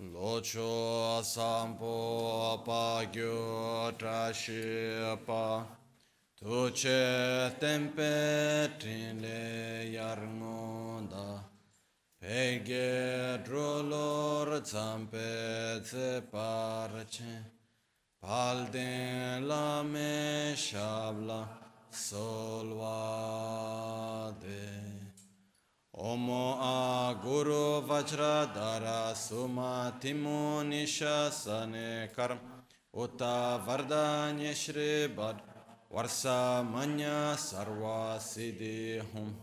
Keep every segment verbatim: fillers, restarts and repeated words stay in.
Locho sampo pa gyo trashi pa tuche tempe trile yarngonda pege drolor zampe ze parche palden la me shabla solvade Omo a Guru Vajradhara Suma Timu Nisha Sane Karm Uta Vardanya Shri Bad Varsa Manya Sarva Siddhi Hum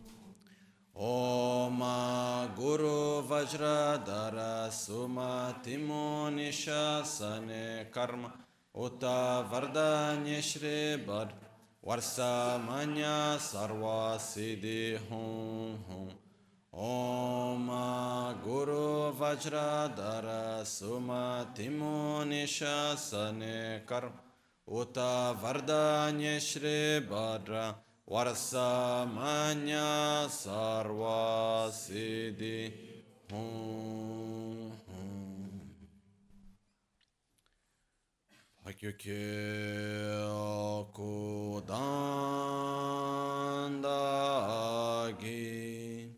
Om a Guru Vajradhara Suma Timu Nisha Sane Karma Uta Vardanya Shri Bad Varsa Manya Sarva Siddhi Hum Hum Om Guru Vajradhara Suma Timu Nisha Sane Karma Uta Vardanya Shri Badra Varsa Manya Sarva Siddhi Hum Pakyukye Kudandagi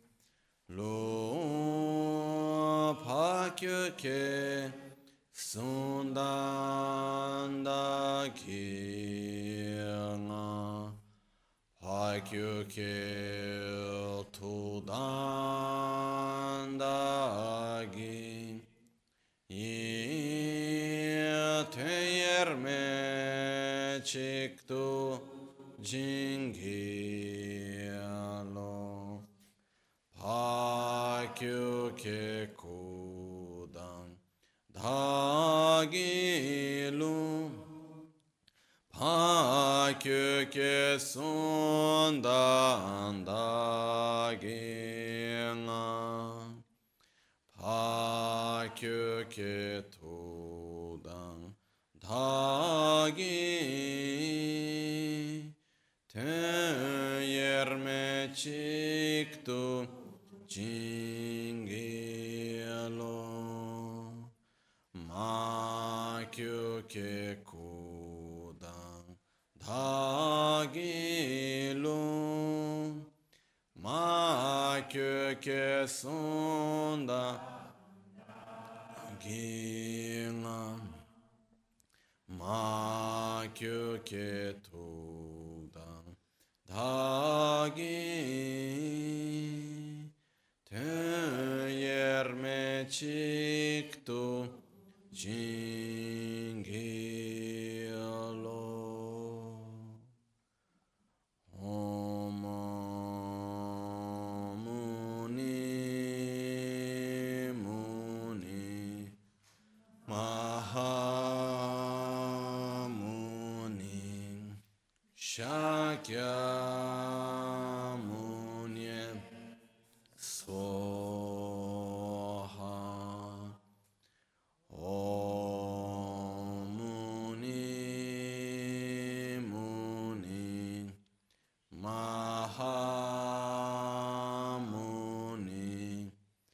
Lo Pakyukye Sundandagi Nga Pakyukye Tudandagi Yerme Chiktu Jinghialo Pakyukye Kudan Dhagilu Pakyukye Sundan Dhaginga Pakyukye Tudan Dhagi Ten Yerme Chiktu Jinghialo Makyukye Kudan Dhagilu Makyukye Sunda Gina Makyukye Tudan Dhagi Ten Yerme Chiktu Jinghialo Om Muni Muni Mahamuni Shakyamuni Soha Om Muni Muni Mahamuni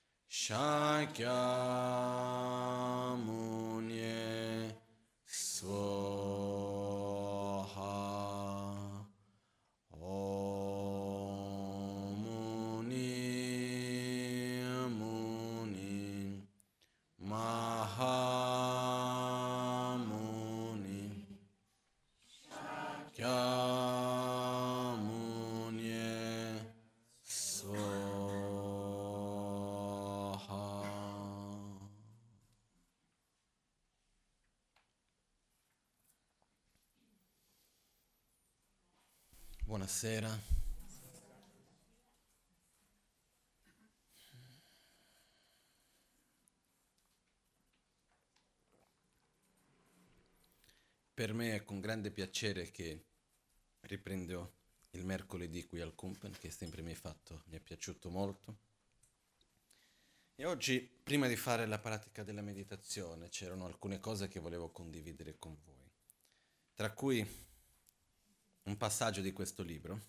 Shakyamuni Swaha Om Muni Muni Mahamuni Shakyamuni Swaha. Buonasera. Per me è con grande piacere che riprendo il mercoledì qui al Kumpen, che sempre mi, è fatto, mi è piaciuto molto. E oggi, prima di fare la pratica della meditazione, c'erano alcune cose che volevo condividere con voi, tra cui un passaggio di questo libro,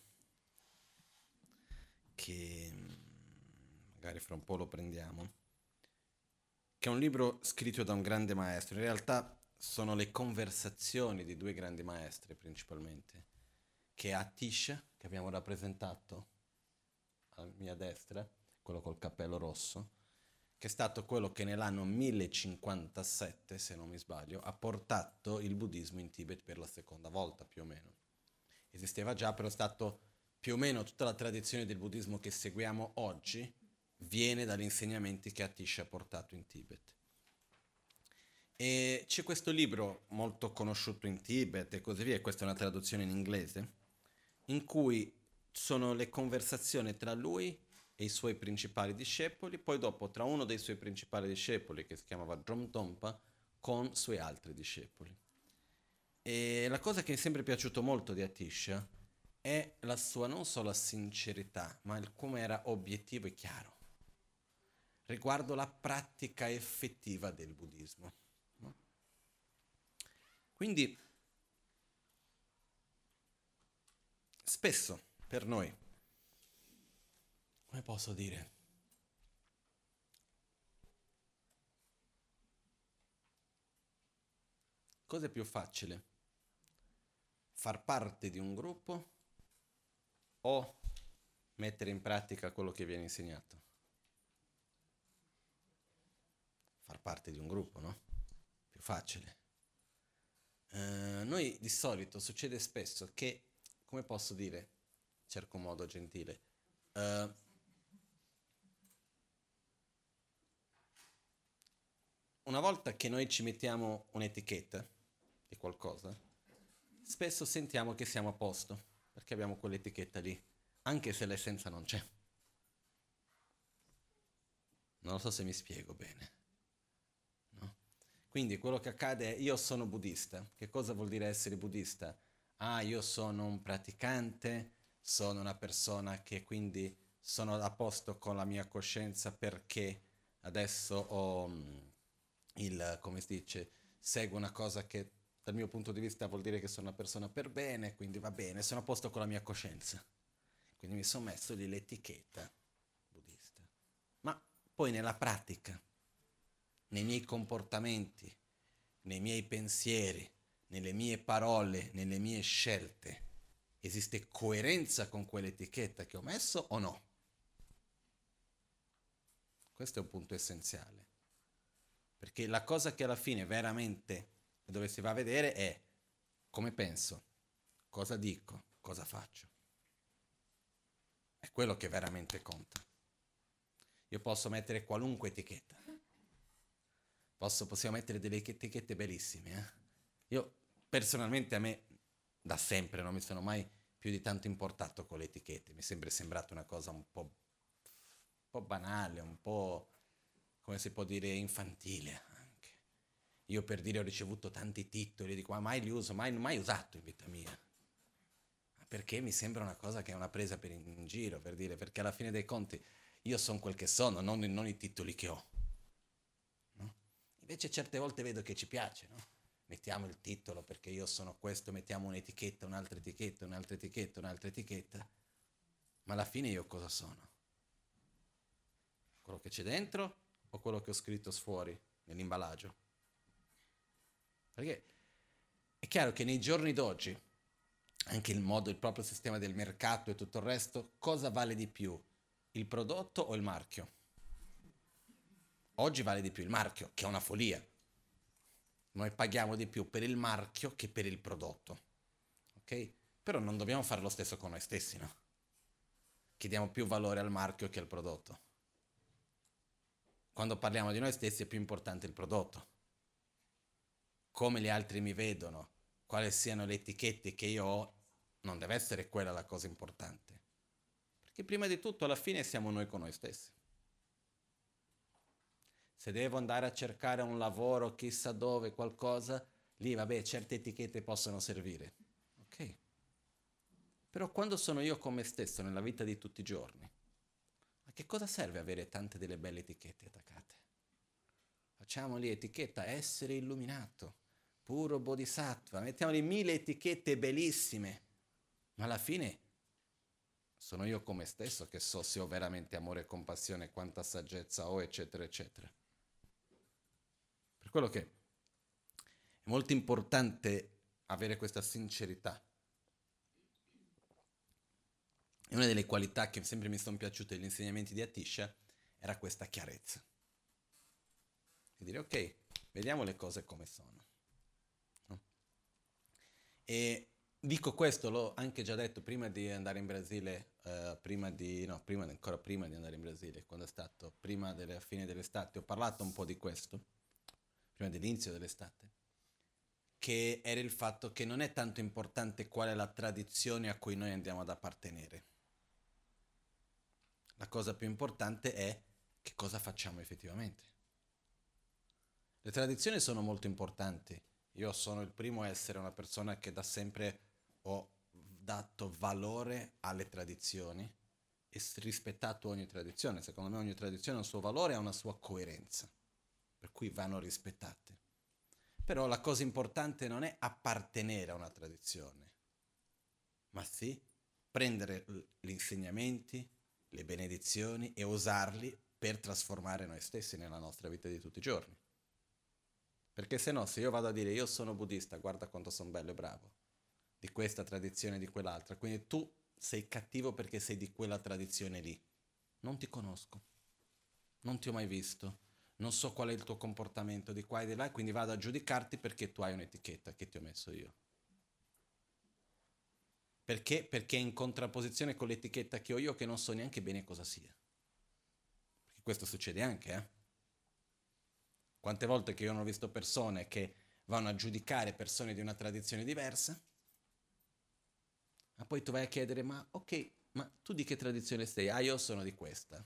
che magari fra un po' lo prendiamo, che è un libro scritto da un grande maestro. In realtà sono le conversazioni di due grandi maestri principalmente, che è Atisha, che abbiamo rappresentato a mia destra, quello col cappello rosso, che è stato quello che nell'anno millecinquantasette, se non mi sbaglio, ha portato il buddismo in Tibet per la seconda volta più o meno. Esisteva già, però è stato più o meno tutta la tradizione del buddismo che seguiamo oggi viene dagli insegnamenti che Atisha ha portato in Tibet. E c'è questo libro molto conosciuto in Tibet e così via, e questa è una traduzione in inglese, in cui sono le conversazioni tra lui e i suoi principali discepoli, poi dopo tra uno dei suoi principali discepoli, che si chiamava Dromtonpa, con suoi altri discepoli. E la cosa che mi è sempre piaciuto molto di Atisha è la sua non solo sincerità, ma il come era obiettivo e chiaro riguardo la pratica effettiva del buddismo. No? Quindi, spesso per noi, come posso dire, cosa è più facile? Far parte di un gruppo o mettere in pratica quello che viene insegnato? Far parte di un gruppo, no? Più facile. Uh, noi di solito succede spesso che, come posso dire, cerco un modo gentile, uh, una volta che noi ci mettiamo un'etichetta di qualcosa, spesso sentiamo che siamo a posto, perché abbiamo quell'etichetta lì, anche se l'essenza non c'è. Non lo so se mi spiego bene. No? Quindi quello che accade è io sono buddista. Che cosa vuol dire essere buddista? Ah, io sono un praticante, sono una persona che quindi sono a posto con la mia coscienza perché adesso ho il, come si dice, seguo una cosa che dal mio punto di vista vuol dire che sono una persona per bene, quindi va bene, sono a posto con la mia coscienza. Quindi mi sono messo lì l'etichetta buddista. Ma poi nella pratica, nei miei comportamenti, nei miei pensieri, nelle mie parole, nelle mie scelte, esiste coerenza con quell'etichetta che ho messo o no? Questo è un punto essenziale. Perché la cosa che alla fine veramente dove si va a vedere è come penso, cosa dico, cosa faccio. È quello che veramente conta. Io posso mettere qualunque etichetta. Posso, possiamo mettere delle etichette bellissime. Eh? Io personalmente a me da sempre non mi sono mai più di tanto importato con le etichette. Mi è sempre sembrata una cosa un po', un po' banale, un po', come si può dire, infantile anche. Io per dire ho ricevuto tanti titoli, dico ma mai li uso, mai, mai usato in vita mia. Perché mi sembra una cosa che è una presa per in, in giro, per dire, perché alla fine dei conti io sono quel che sono, non, non i titoli che ho. No? Invece certe volte vedo che ci piace, no? Mettiamo il titolo perché io sono questo, mettiamo un'etichetta, un'altra etichetta, un'altra etichetta, un'altra etichetta, ma alla fine io cosa sono? Quello che c'è dentro o quello che ho scritto fuori, nell'imballaggio? Perché è chiaro che nei giorni d'oggi, anche il modo, il proprio sistema del mercato e tutto il resto, cosa vale di più? Il prodotto o il marchio? Oggi vale di più il marchio, che è una follia. Noi paghiamo di più per il marchio che per il prodotto. Ok? Però non dobbiamo fare lo stesso con noi stessi, no? Che diamo più valore al marchio che al prodotto. Quando parliamo di noi stessi è più importante il prodotto. Come gli altri mi vedono, quali siano le etichette che io ho, non deve essere quella la cosa importante. Perché prima di tutto alla fine siamo noi con noi stessi. Se devo andare a cercare un lavoro chissà dove, qualcosa, lì vabbè, certe etichette possono servire. Ok. Però quando sono io con me stesso nella vita di tutti i giorni, a che cosa serve avere tante delle belle etichette attaccate? Facciamo lì etichetta essere illuminato, puro bodhisattva, mettiamo lì mille etichette bellissime, ma alla fine sono io con me stesso che so se ho veramente amore e compassione, quanta saggezza ho, eccetera, eccetera. Per quello che è molto importante avere questa sincerità. E una delle qualità che sempre mi sono piaciute degli insegnamenti di Atisha era questa chiarezza. E dire, ok, vediamo le cose come sono. No? E dico questo, l'ho anche già detto prima di andare in Brasile, eh, prima di, no, prima, ancora prima di andare in Brasile, quando è stato, prima della fine dell'estate, ho parlato un po' di questo, prima dell'inizio dell'estate, che era il fatto che non è tanto importante qual è la tradizione a cui noi andiamo ad appartenere. La cosa più importante è che cosa facciamo effettivamente. Le tradizioni sono molto importanti. Io sono il primo a essere una persona che da sempre ho dato valore alle tradizioni e rispettato ogni tradizione. Secondo me ogni tradizione ha un suo valore e ha una sua coerenza, per cui vanno rispettate. Però la cosa importante non è appartenere a una tradizione, ma sì prendere gli insegnamenti, le benedizioni e usarli per trasformare noi stessi nella nostra vita di tutti i giorni. Perché se no, se io vado a dire io sono buddista, guarda quanto sono bello e bravo, di questa tradizione e di quell'altra, quindi tu sei cattivo perché sei di quella tradizione lì. Non ti conosco, non ti ho mai visto, non so qual è il tuo comportamento di qua e di là, quindi vado a giudicarti perché tu hai un'etichetta che ti ho messo io. Perché? Perché è in contrapposizione con l'etichetta che ho io che non so neanche bene cosa sia. Perché questo succede anche, eh? Quante volte che io non ho visto persone che vanno a giudicare persone di una tradizione diversa, ma poi tu vai a chiedere, ma ok, ma tu di che tradizione sei? Ah, io sono di questa.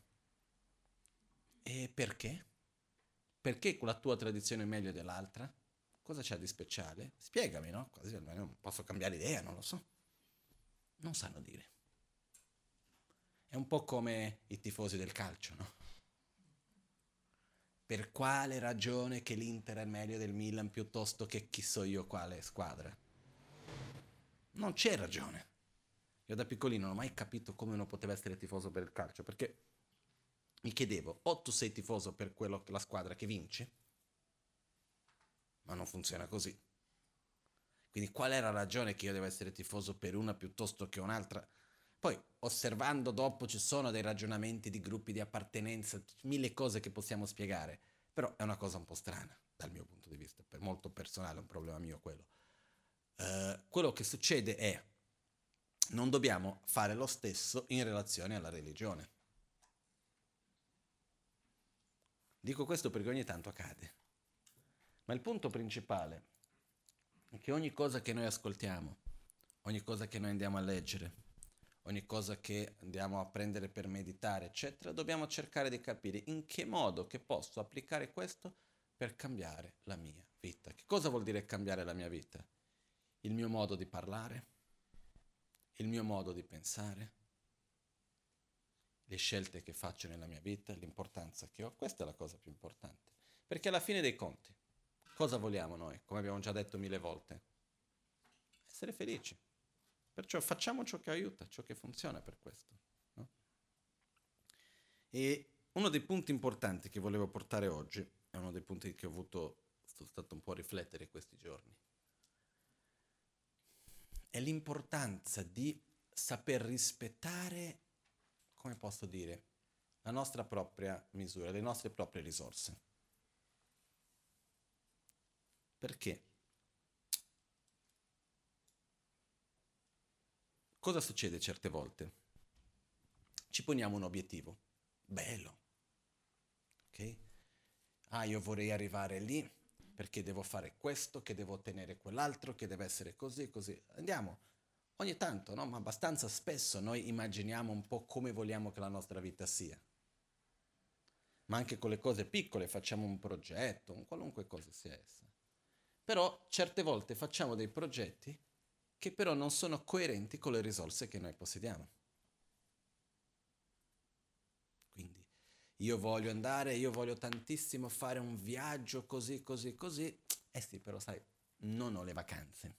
E perché? Perché la tua tradizione è meglio dell'altra? Cosa c'è di speciale? Spiegami, no? Così almeno posso cambiare idea, non lo so. Non sanno dire. È un po' come i tifosi del calcio, no? Per quale ragione che l'Inter è meglio del Milan piuttosto che chi so io quale squadra? Non c'è ragione. Io da piccolino non ho mai capito come uno poteva essere tifoso per il calcio, perché mi chiedevo, o tu sei tifoso per quello, la squadra che vince, ma non funziona così. Quindi qual è la ragione che io devo essere tifoso per una piuttosto che un'altra? Poi, osservando dopo, ci sono dei ragionamenti di gruppi di appartenenza, mille cose che possiamo spiegare, però è una cosa un po' strana, dal mio punto di vista, per molto personale, è un problema mio quello. Uh, quello che succede è, non dobbiamo fare lo stesso in relazione alla religione. Dico questo perché ogni tanto accade. Ma il punto principale è che ogni cosa che noi ascoltiamo, ogni cosa che noi andiamo a leggere, ogni cosa che andiamo a prendere per meditare, eccetera, dobbiamo cercare di capire in che modo che posso applicare questo per cambiare la mia vita. Che cosa vuol dire cambiare la mia vita? Il mio modo di parlare, il mio modo di pensare, le scelte che faccio nella mia vita, l'importanza che ho. Questa è la cosa più importante. Perché alla fine dei conti, cosa vogliamo noi? Come abbiamo già detto mille volte, essere felici. Perciò facciamo ciò che aiuta, ciò che funziona per questo. No? E uno dei punti importanti che volevo portare oggi, è uno dei punti che ho avuto, sono stato un po' a riflettere questi giorni, è l'importanza di saper rispettare, come posso dire, la nostra propria misura, le nostre proprie risorse. Perché? Cosa succede certe volte? Ci poniamo un obiettivo, bello, ok? Ah, io vorrei arrivare lì perché devo fare questo, che devo ottenere quell'altro, che deve essere così, così. Andiamo, ogni tanto, no? Ma abbastanza spesso noi immaginiamo un po' come vogliamo che la nostra vita sia. Ma anche con le cose piccole facciamo un progetto, un qualunque cosa sia essa. Però certe volte facciamo dei progetti che però non sono coerenti con le risorse che noi possediamo. Quindi io voglio andare, io voglio tantissimo fare un viaggio così, così, così. Eh sì, però sai, non ho le vacanze.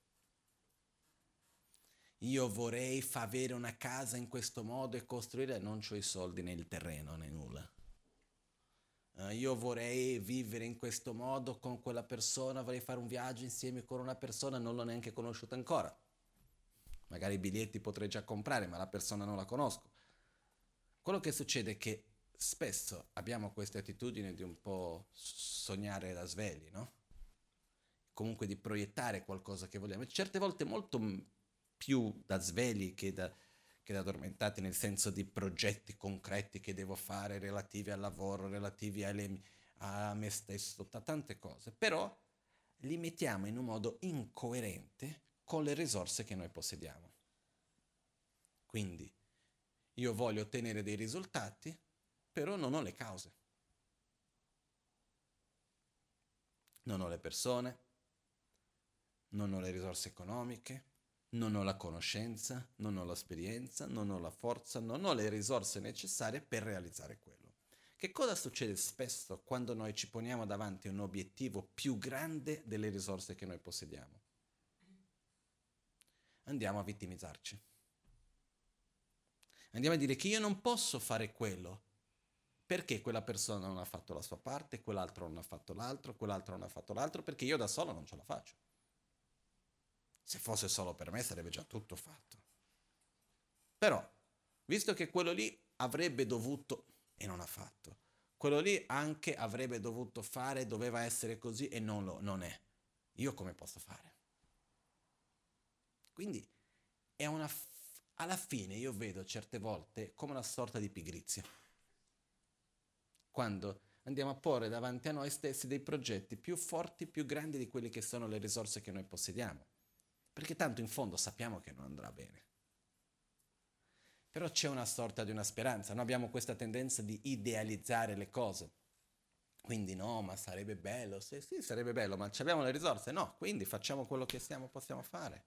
Io vorrei fa avere una casa in questo modo e costruire, non ho i soldi né il terreno né nulla. Uh, io vorrei vivere in questo modo con quella persona, vorrei fare un viaggio insieme con una persona, non l'ho neanche conosciuta ancora. Magari i biglietti potrei già comprare, ma la persona non la conosco. Quello che succede è che spesso abbiamo questa attitudine di un po' sognare da svegli, no? Comunque di proiettare qualcosa che vogliamo. Certe volte molto più da svegli che da, che da addormentati, nel senso di progetti concreti che devo fare relativi al lavoro, relativi alle, a me stesso, a tante cose. Però li mettiamo in un modo incoerente con le risorse che noi possediamo. Quindi io voglio ottenere dei risultati, però non ho le cause. Non ho le persone, non ho le risorse economiche, non ho la conoscenza, non ho l'esperienza, non ho la forza, non ho le risorse necessarie per realizzare quello. Che cosa succede spesso quando noi ci poniamo davanti a un obiettivo più grande delle risorse che noi possediamo? Andiamo a vittimizzarci. Andiamo a dire che io non posso fare quello perché quella persona non ha fatto la sua parte, quell'altro non ha fatto l'altro, quell'altro non ha fatto l'altro, perché io da solo non ce la faccio. Se fosse solo per me sarebbe già tutto fatto. Però, visto che quello lì avrebbe dovuto e non ha fatto, quello lì anche avrebbe dovuto fare, doveva essere così e non lo non è, io come posso fare? Quindi è una alla fine io vedo certe volte come una sorta di pigrizia. Quando andiamo a porre davanti a noi stessi dei progetti più forti, più grandi di quelle che sono le risorse che noi possediamo. Perché tanto in fondo sappiamo che non andrà bene. Però c'è una sorta di una speranza, noi abbiamo questa tendenza di idealizzare le cose. Quindi no, ma sarebbe bello, sì, sì, sarebbe bello, ma abbiamo le risorse? No, quindi facciamo quello che stiamo, possiamo fare.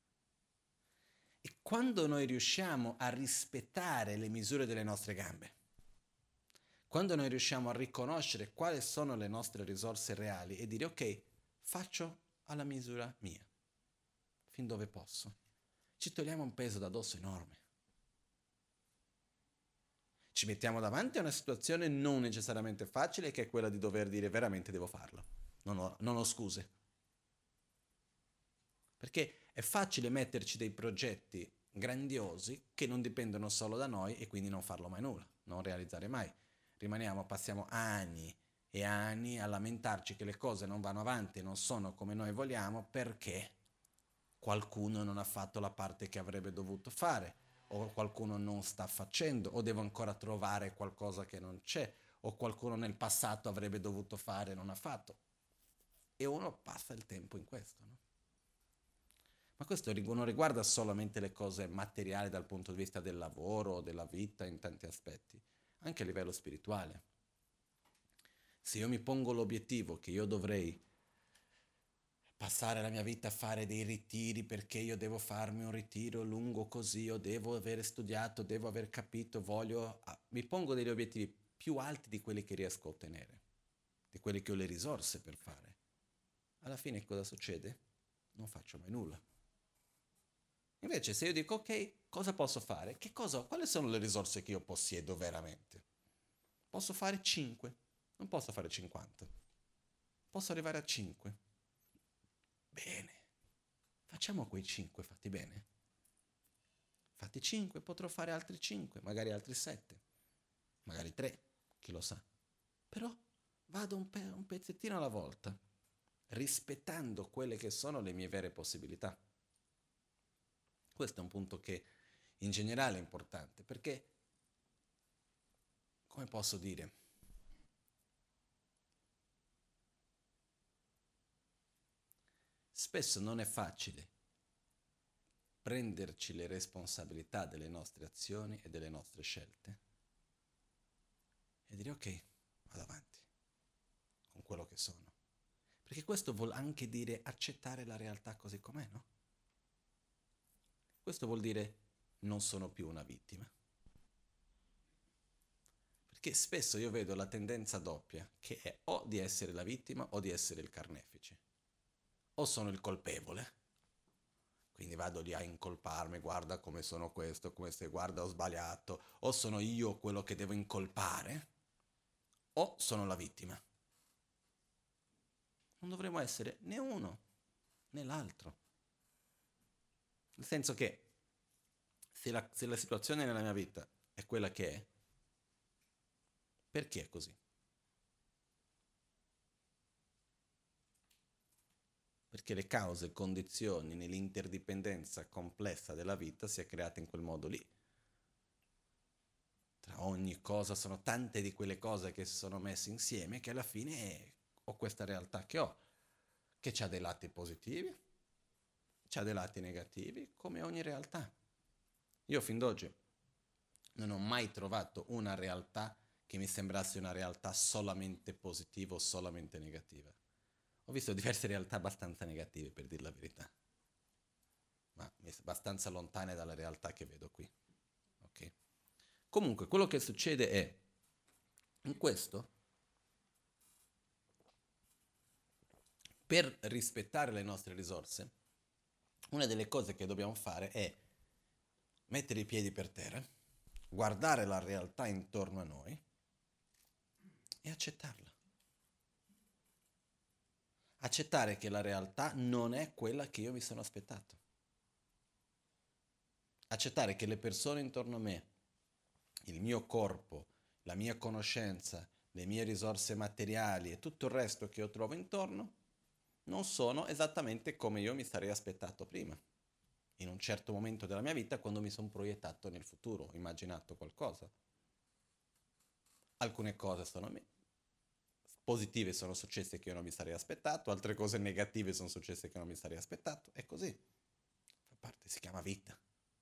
E quando noi riusciamo a rispettare le misure delle nostre gambe, quando noi riusciamo a riconoscere quali sono le nostre risorse reali e dire ok, faccio alla misura mia, fin dove posso, ci togliamo un peso da dosso enorme. Ci mettiamo davanti a una situazione non necessariamente facile, che è quella di dover dire veramente devo farlo, non ho, non ho scuse. Perché è facile metterci dei progetti grandiosi che non dipendono solo da noi e quindi non farlo mai nulla, non realizzare mai. Rimaniamo, passiamo anni e anni a lamentarci che le cose non vanno avanti e non sono come noi vogliamo perché qualcuno non ha fatto la parte che avrebbe dovuto fare, o qualcuno non sta facendo, o devo ancora trovare qualcosa che non c'è, o qualcuno nel passato avrebbe dovuto fare e non ha fatto. E uno passa il tempo in questo, no? Ma questo non riguarda solamente le cose materiali dal punto di vista del lavoro, della vita in tanti aspetti, anche a livello spirituale. Se io mi pongo l'obiettivo che io dovrei passare la mia vita a fare dei ritiri perché io devo farmi un ritiro lungo così, o devo aver studiato, devo aver capito, voglio... mi pongo degli obiettivi più alti di quelli che riesco a ottenere, di quelli che ho le risorse per fare. Alla fine cosa succede? Non faccio mai nulla. Invece se io dico ok, cosa posso fare? Che cosa, quali sono le risorse che io possiedo veramente? Posso fare cinque, non posso fare cinquanta. Posso arrivare a cinque. Bene, facciamo quei cinque fatti bene. Fatti cinque, potrò fare altri cinque, magari altri sette, magari tre, chi lo sa. Però vado un, pe- un pezzettino alla volta, rispettando quelle che sono le mie vere possibilità. Questo è un punto che in generale è importante, perché, come posso dire, spesso non è facile prenderci le responsabilità delle nostre azioni e delle nostre scelte e dire ok, vado avanti con quello che sono. Perché questo vuol anche dire accettare la realtà così com'è, no? Questo vuol dire non sono più una vittima. Perché spesso io vedo la tendenza doppia, che è o di essere la vittima o di essere il carnefice. O sono il colpevole, quindi vado lì a incolparmi, guarda come sono questo, come se guarda ho sbagliato, o sono io quello che devo incolpare, o sono la vittima. Non dovremmo essere né uno né l'altro. Nel senso che se la, se la situazione nella mia vita è quella che è, perché è così? Perché le cause, condizioni nell'interdipendenza complessa della vita si è creata in quel modo lì. Tra ogni cosa sono tante di quelle cose che si sono messe insieme che alla fine ho questa realtà che ho, che ha dei lati positivi, ha dei lati negativi, come ogni realtà. Io fin d'oggi non ho mai trovato una realtà che mi sembrasse una realtà solamente positiva o solamente negativa. Ho visto diverse realtà abbastanza negative, per dire la verità, ma abbastanza lontane dalla realtà che vedo qui. Ok? Comunque, quello che succede è, in questo, per rispettare le nostre risorse, una delle cose che dobbiamo fare è mettere i piedi per terra, guardare la realtà intorno a noi e accettarla. Accettare che la realtà non è quella che io mi sono aspettato. Accettare che le persone intorno a me, il mio corpo, la mia conoscenza, le mie risorse materiali e tutto il resto che io trovo intorno non sono esattamente come io mi sarei aspettato prima. In un certo momento della mia vita, quando mi sono proiettato nel futuro, ho immaginato qualcosa. Alcune cose sono me. Positive sono successe che io non mi sarei aspettato, altre cose negative sono successe che non mi sarei aspettato, è così. Fa parte, si chiama vita.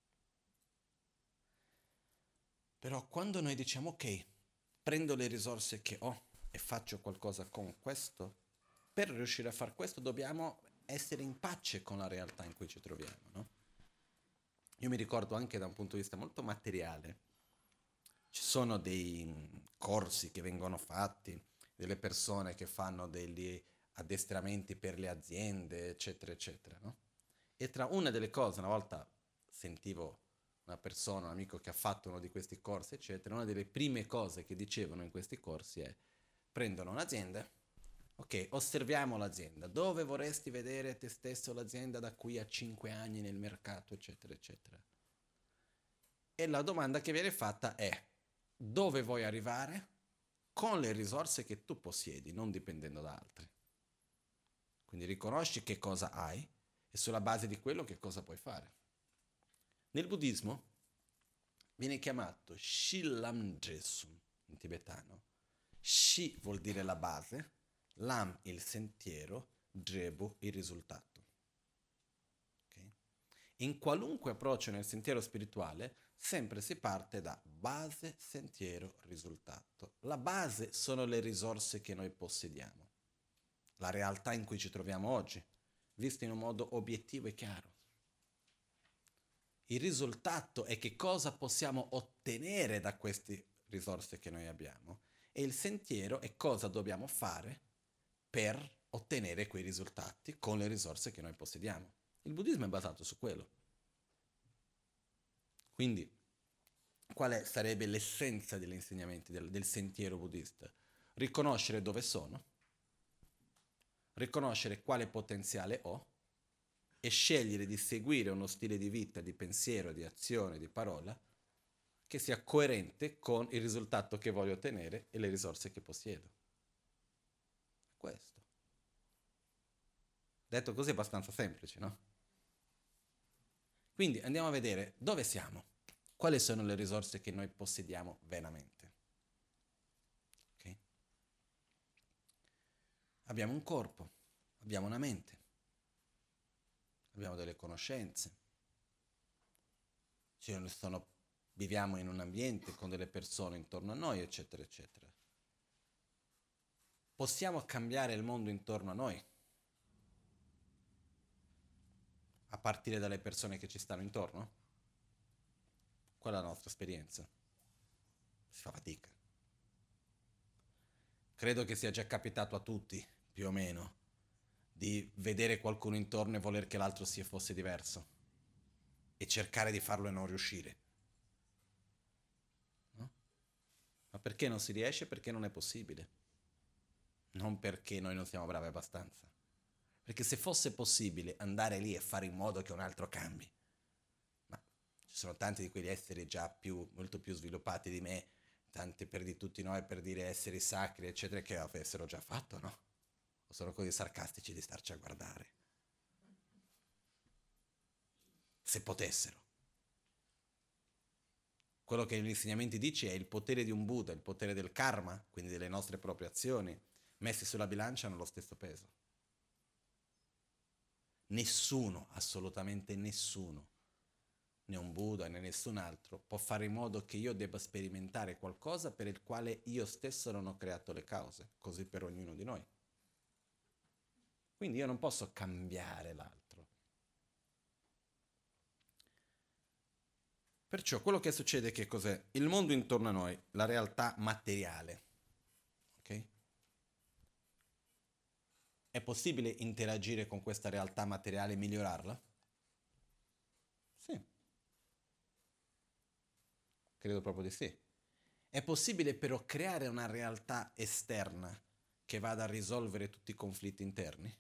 Però quando noi diciamo ok, prendo le risorse che ho e faccio qualcosa con questo, per riuscire a fare questo dobbiamo essere in pace con la realtà in cui ci troviamo, no? Io mi ricordo anche da un punto di vista molto materiale, ci sono dei corsi che vengono fatti, delle persone che fanno degli addestramenti per le aziende, eccetera, eccetera, no? E tra una delle cose, una volta sentivo una persona, un amico che ha fatto uno di questi corsi, eccetera, una delle prime cose che dicevano in questi corsi è: prendono un'azienda, ok, osserviamo l'azienda, dove vorresti vedere te stesso l'azienda da qui a cinque anni nel mercato, eccetera, eccetera. E la domanda che viene fatta è: dove vuoi arrivare con le risorse che tu possiedi, non dipendendo da altri. Quindi riconosci che cosa hai e sulla base di quello che cosa puoi fare. Nel buddismo viene chiamato Shilam Dresum in tibetano. Shi vuol dire la base, Lam il sentiero, Drebu il risultato. Okay? In qualunque approccio nel sentiero spirituale sempre si parte da base, sentiero, risultato. La base sono le risorse che noi possediamo, la realtà in cui ci troviamo oggi, vista in un modo obiettivo e chiaro. Il risultato è che cosa possiamo ottenere da queste risorse che noi abbiamo e il sentiero è cosa dobbiamo fare per ottenere quei risultati con le risorse che noi possediamo. Il buddismo è basato su quello. Quindi, qual è, sarebbe l'essenza degli insegnamenti del, del sentiero buddista? Riconoscere dove sono, riconoscere quale potenziale ho e scegliere di seguire uno stile di vita, di pensiero, di azione, di parola che sia coerente con il risultato che voglio ottenere e le risorse che possiedo. Questo. Detto così è abbastanza semplice, no? Quindi andiamo a vedere dove siamo, quali sono le risorse che noi possediamo veramente. Okay? Abbiamo un corpo, abbiamo una mente, abbiamo delle conoscenze, ci sono, viviamo in un ambiente con delle persone intorno a noi, eccetera, eccetera. Possiamo cambiare il mondo intorno a noi, a partire dalle persone che ci stanno intorno? Qual è la nostra esperienza? Si fa fatica. Credo che sia già capitato a tutti, più o meno, di vedere qualcuno intorno e voler che l'altro sia fosse diverso e cercare di farlo e non riuscire. No? Ma perché non si riesce? Perché non è possibile. Non perché noi non siamo bravi abbastanza. Perché se fosse possibile andare lì e fare in modo che un altro cambi, ma ci sono tanti di quegli esseri già più, molto più sviluppati di me, tanti per di tutti noi, per dire esseri sacri, eccetera, che avessero già fatto, no? O sono così sarcastici di starci a guardare? Se potessero. Quello che negli insegnamenti dice è il potere di un Buddha, il potere del karma, quindi delle nostre proprie azioni, messi sulla bilancia hanno lo stesso peso. Nessuno, assolutamente nessuno, né un Buddha né nessun altro, può fare in modo che io debba sperimentare qualcosa per il quale io stesso non ho creato le cause, così per ognuno di noi. Quindi io non posso cambiare l'altro. Perciò quello che succede che cos'è? Il mondo intorno a noi, la realtà materiale, ok? È possibile interagire con questa realtà materiale e migliorarla? Sì, credo proprio di sì. È possibile però creare una realtà esterna che vada a risolvere tutti i conflitti interni?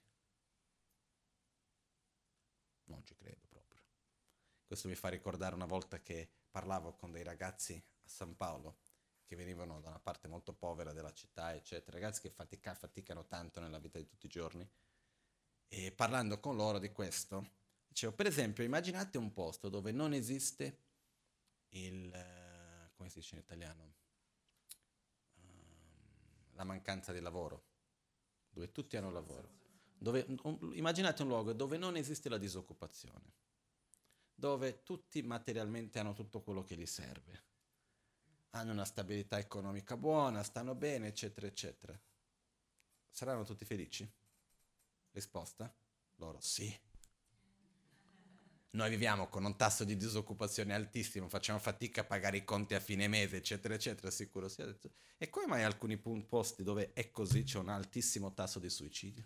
Non ci credo proprio. Questo mi fa ricordare una volta che parlavo con dei ragazzi a San Paolo che venivano da una parte molto povera della città, eccetera, ragazzi che fatica, faticano tanto nella vita di tutti i giorni. E parlando con loro di questo, dicevo, per esempio, immaginate un posto dove non esiste il, eh, come si dice in italiano, Ehm, la mancanza di lavoro, dove tutti hanno lavoro. Dove, un- immaginate un luogo dove non esiste la disoccupazione, dove tutti materialmente hanno tutto quello che gli serve, hanno una stabilità economica buona, stanno bene, eccetera, eccetera. Saranno tutti felici? Risposta? Loro sì. Noi viviamo con un tasso di disoccupazione altissimo, facciamo fatica a pagare i conti a fine mese, eccetera, eccetera, sicuro sia detto. E come mai alcuni posti dove è così c'è un altissimo tasso di suicidio?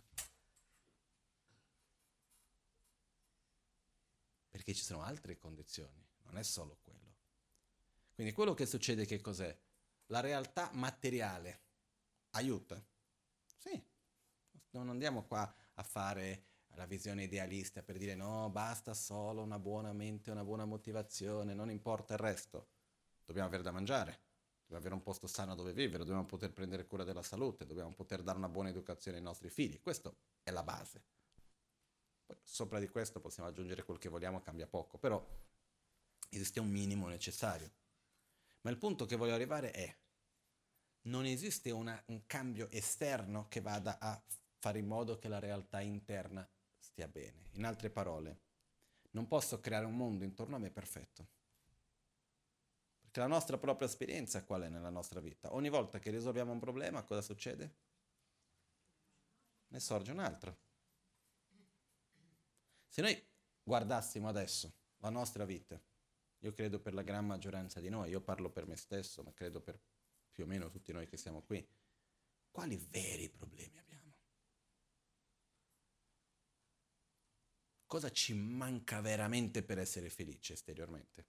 Perché ci sono altre condizioni, non è solo quello. Quindi quello che succede che cos'è? La realtà materiale aiuta? Sì, non andiamo qua a fare la visione idealista per dire no, basta solo una buona mente, una buona motivazione, non importa il resto. Dobbiamo avere da mangiare, dobbiamo avere un posto sano dove vivere, dobbiamo poter prendere cura della salute, dobbiamo poter dare una buona educazione ai nostri figli. Questa è la base. Poi sopra di questo possiamo aggiungere quel che vogliamo, cambia poco, però esiste un minimo necessario. Ma il punto che voglio arrivare è, non esiste una, un cambio esterno che vada a fare in modo che la realtà interna stia bene. In altre parole, non posso creare un mondo intorno a me perfetto. Perché la nostra propria esperienza qual è nella nostra vita? Ogni volta che risolviamo un problema, cosa succede? Ne sorge un altro. Se noi guardassimo adesso la nostra vita, io credo per la gran maggioranza di noi, io parlo per me stesso, ma credo per più o meno tutti noi che siamo qui, quali veri problemi abbiamo? Cosa ci manca veramente per essere felici esteriormente?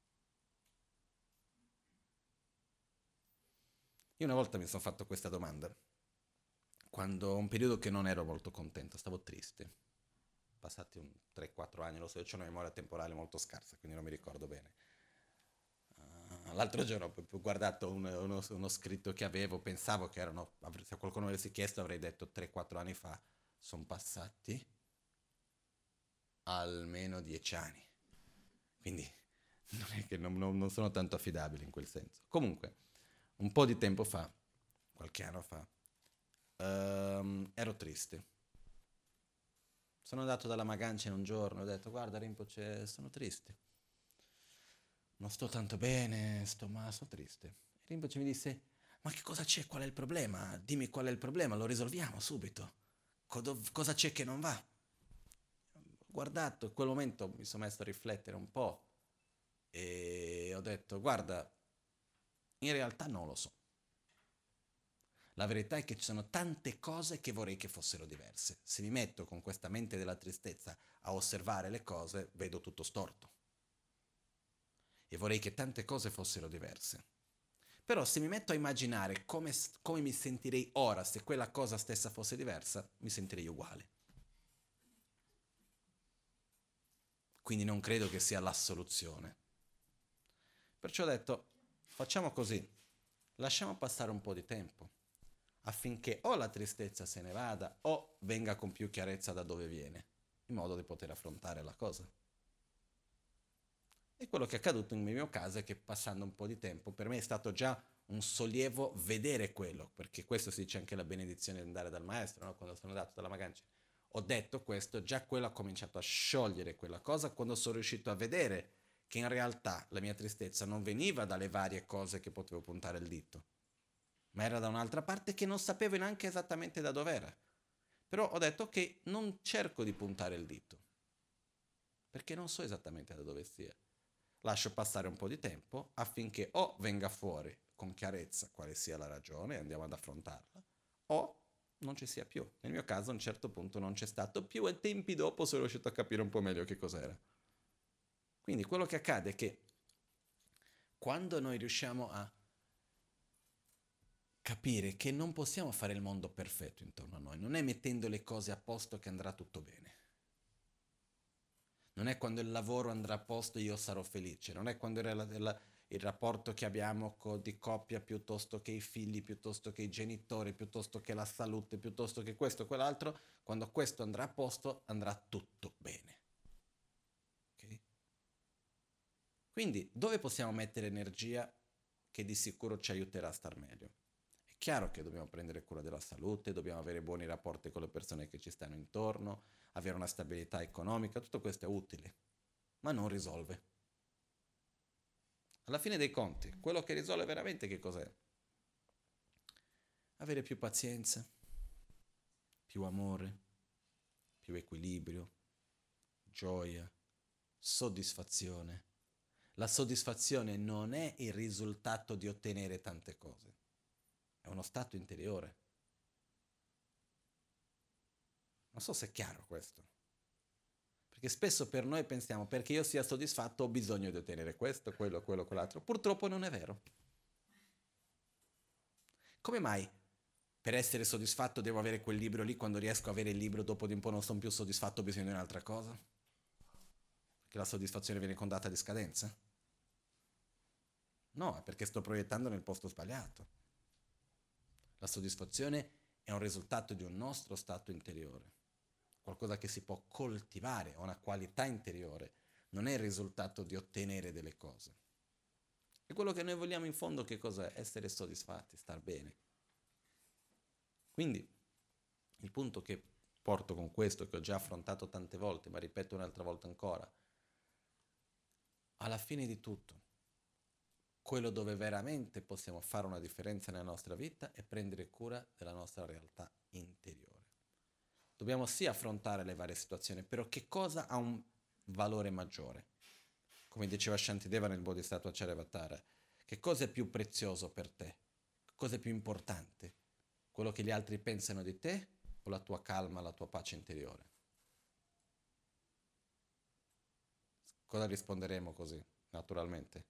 Io una volta mi sono fatto questa domanda, quando un periodo che non ero molto contento, stavo triste. Passati un tre quattro anni, lo so, io ho una memoria temporale molto scarsa, quindi non mi ricordo bene. Uh, l'altro giorno ho guardato un, uno, uno, scritto che avevo, pensavo che erano, se qualcuno mi avesse chiesto avrei detto tre quattro anni fa, sono passati almeno dieci anni. Quindi non è che non, non, non sono tanto affidabile in quel senso. Comunque, un po' di tempo fa, qualche anno fa, ehm, ero triste. Sono andato dalla Magancia in un giorno e ho detto, guarda Rinpoche, sono triste. Non sto tanto bene, sto ma sono triste. E Rinpoche mi disse, ma che cosa c'è? Qual è il problema? Dimmi qual è il problema, lo risolviamo subito. Codo- cosa c'è che non va? Ho guardato, in quel momento mi sono messo a riflettere un po' e ho detto, guarda, in realtà non lo so. La verità è che ci sono tante cose che vorrei che fossero diverse. Se mi metto con questa mente della tristezza a osservare le cose, vedo tutto storto. E vorrei che tante cose fossero diverse. Però se mi metto a immaginare come, come mi sentirei ora se quella cosa stessa fosse diversa, mi sentirei uguale. Quindi non credo che sia la soluzione. Perciò ho detto, facciamo così, lasciamo passare un po' di tempo, affinché o la tristezza se ne vada o venga con più chiarezza da dove viene, in modo di poter affrontare la cosa. E quello che è accaduto nel mio caso è che passando un po' di tempo, per me è stato già un sollievo vedere quello, perché questo si dice anche la benedizione di andare dal maestro, no? Quando sono andato dalla Magancia. Ho detto questo, già quello ha cominciato a sciogliere quella cosa quando sono riuscito a vedere che in realtà la mia tristezza non veniva dalle varie cose che potevo puntare il dito, ma era da un'altra parte che non sapevo neanche esattamente da dov'era. Però ho detto che non cerco di puntare il dito, perché non so esattamente da dove sia. Lascio passare un po' di tempo affinché o venga fuori con chiarezza quale sia la ragione e andiamo ad affrontarla, o non ci sia più. Nel mio caso a un certo punto non c'è stato più e tempi dopo sono riuscito a capire un po' meglio che cos'era. Quindi quello che accade è che quando noi riusciamo a capire che non possiamo fare il mondo perfetto intorno a noi, non è mettendo le cose a posto che andrà tutto bene. Non è quando il lavoro andrà a posto io sarò felice, non è quando il, il, il rapporto che abbiamo di coppia piuttosto che i figli, piuttosto che i genitori, piuttosto che la salute, piuttosto che questo o quell'altro, quando questo andrà a posto andrà tutto bene. Okay? Quindi dove possiamo mettere energia che di sicuro ci aiuterà a star meglio? È chiaro che dobbiamo prendere cura della salute, dobbiamo avere buoni rapporti con le persone che ci stanno intorno, avere una stabilità economica, tutto questo è utile, ma non risolve. Alla fine dei conti, quello che risolve veramente che cos'è? Avere più pazienza, più amore, più equilibrio, gioia, soddisfazione. La soddisfazione non è il risultato di ottenere tante cose, è uno stato interiore. Non so se è chiaro questo. Perché spesso per noi pensiamo, perché io sia soddisfatto ho bisogno di ottenere questo, quello, quello, quell'altro. Purtroppo non è vero. Come mai per essere soddisfatto devo avere quel libro lì, quando riesco a avere il libro dopo di un po' non sono più soddisfatto, ho bisogno di un'altra cosa? Perché la soddisfazione viene con data di scadenza? No, è perché sto proiettando nel posto sbagliato. La soddisfazione è un risultato di un nostro stato interiore, qualcosa che si può coltivare, una qualità interiore, non è il risultato di ottenere delle cose. E quello che noi vogliamo in fondo che cos'è? Essere soddisfatti, star bene. Quindi il punto che porto con questo, che ho già affrontato tante volte, ma ripeto un'altra volta ancora, alla fine di tutto, quello dove veramente possiamo fare una differenza nella nostra vita è prendere cura della nostra realtà interiore. Dobbiamo sì affrontare le varie situazioni, però che cosa ha un valore maggiore? Come diceva Shantideva nel Bodhisattva Charyavatara, che cosa è più prezioso per te? Cosa è più importante? Quello che gli altri pensano di te o la tua calma, la tua pace interiore? Cosa risponderemo così, naturalmente?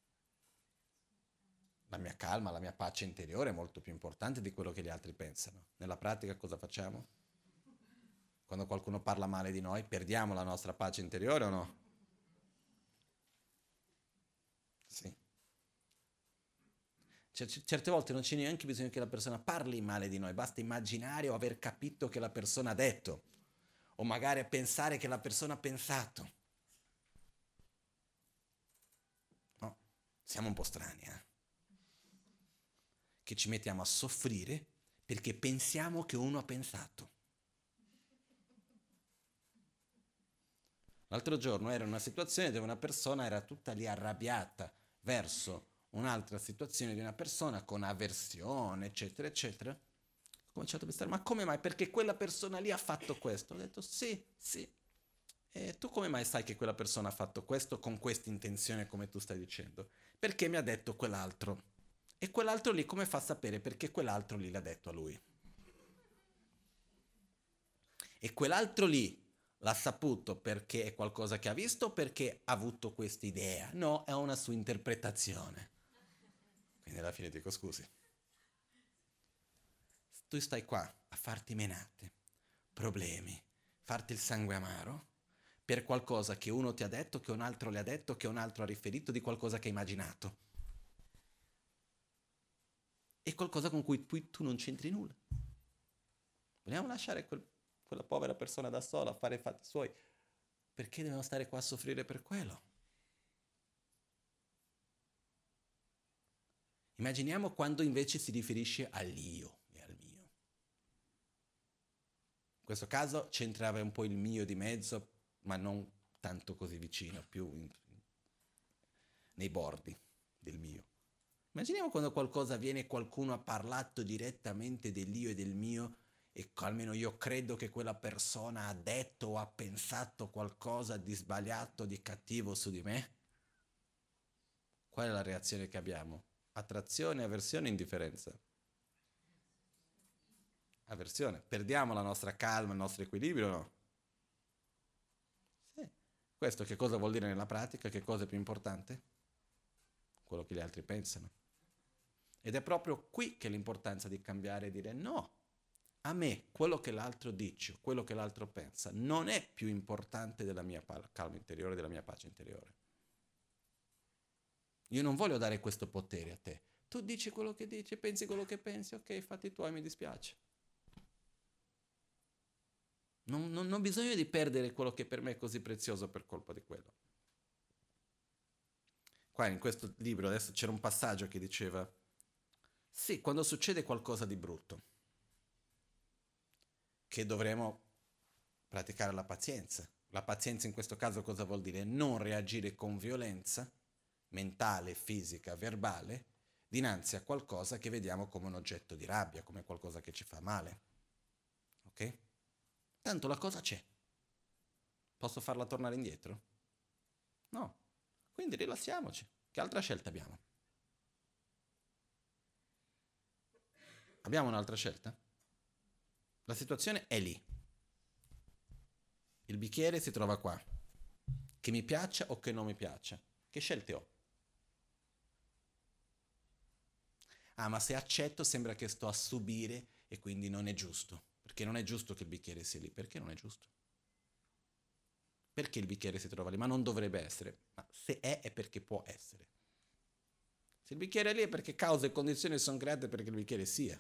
La mia calma, la mia pace interiore è molto più importante di quello che gli altri pensano. Nella pratica cosa facciamo? Quando qualcuno parla male di noi, perdiamo la nostra pace interiore o no? Sì. C- certe volte non c'è neanche bisogno che la persona parli male di noi, basta immaginare o aver capito che la persona ha detto, o magari pensare che la persona ha pensato. No, siamo un po' strani, eh? Che ci mettiamo a soffrire perché pensiamo che uno ha pensato. L'altro giorno era una situazione dove una persona era tutta lì arrabbiata verso un'altra situazione di una persona con avversione, eccetera, eccetera. Ho cominciato a pensare, ma come mai? Perché quella persona lì ha fatto questo? Ho detto, sì, sì. E tu come mai sai che quella persona ha fatto questo con questa intenzione, come tu stai dicendo? Perché mi ha detto quell'altro. E quell'altro lì come fa a sapere perché quell'altro lì l'ha detto a lui? E quell'altro lì l'ha saputo perché è qualcosa che ha visto o perché ha avuto questa idea? No, è una sua interpretazione. Quindi alla fine dico scusi, tu stai qua a farti menate, problemi, farti il sangue amaro per qualcosa che uno ti ha detto, che un altro le ha detto, che un altro ha riferito di qualcosa che hai immaginato. E qualcosa con cui tu non c'entri nulla. Vogliamo lasciare quel, quella povera persona da sola a fare i fatti suoi? Perché dobbiamo stare qua a soffrire per quello? Immaginiamo quando invece si riferisce all'io e al mio. In questo caso c'entrava un po' il mio di mezzo, ma non tanto così vicino, più in, nei bordi del mio. Immaginiamo quando qualcosa avviene e qualcuno ha parlato direttamente dell'io e del mio e almeno io credo che quella persona ha detto o ha pensato qualcosa di sbagliato, di cattivo su di me. Qual è la reazione che abbiamo? Attrazione, avversione, indifferenza. Avversione. Perdiamo la nostra calma, il nostro equilibrio o no? Sì. Questo che cosa vuol dire nella pratica? Che cosa è più importante? Quello che gli altri pensano. Ed è proprio qui che è l'importanza di cambiare e dire no. A me quello che l'altro dice, quello che l'altro pensa, non è più importante della mia calma interiore, della mia pace interiore. Io non voglio dare questo potere a te. Tu dici quello che dici, pensi quello che pensi, ok, fatti tuoi, mi dispiace. Non, non, non bisogna di perdere quello che per me è così prezioso per colpa di quello. Qua in questo libro adesso c'era un passaggio che diceva, sì, quando succede qualcosa di brutto, che dovremo praticare la pazienza. La pazienza in questo caso cosa vuol dire? Non reagire con violenza, mentale, fisica, verbale, dinanzi a qualcosa che vediamo come un oggetto di rabbia, come qualcosa che ci fa male. Ok? Tanto la cosa c'è. Posso farla tornare indietro? No. Quindi rilassiamoci. Che altra scelta abbiamo? Abbiamo un'altra scelta? La situazione è lì. Il bicchiere si trova qua. Che mi piaccia o che non mi piaccia. Che scelte ho? Ah, ma se accetto sembra che sto a subire e quindi non è giusto. Perché non è giusto che il bicchiere sia lì. Perché non è giusto? Perché il bicchiere si trova lì? Ma non dovrebbe essere. Ma se è, è perché può essere. Se il bicchiere è lì è perché cause e condizioni sono create perché il bicchiere sia.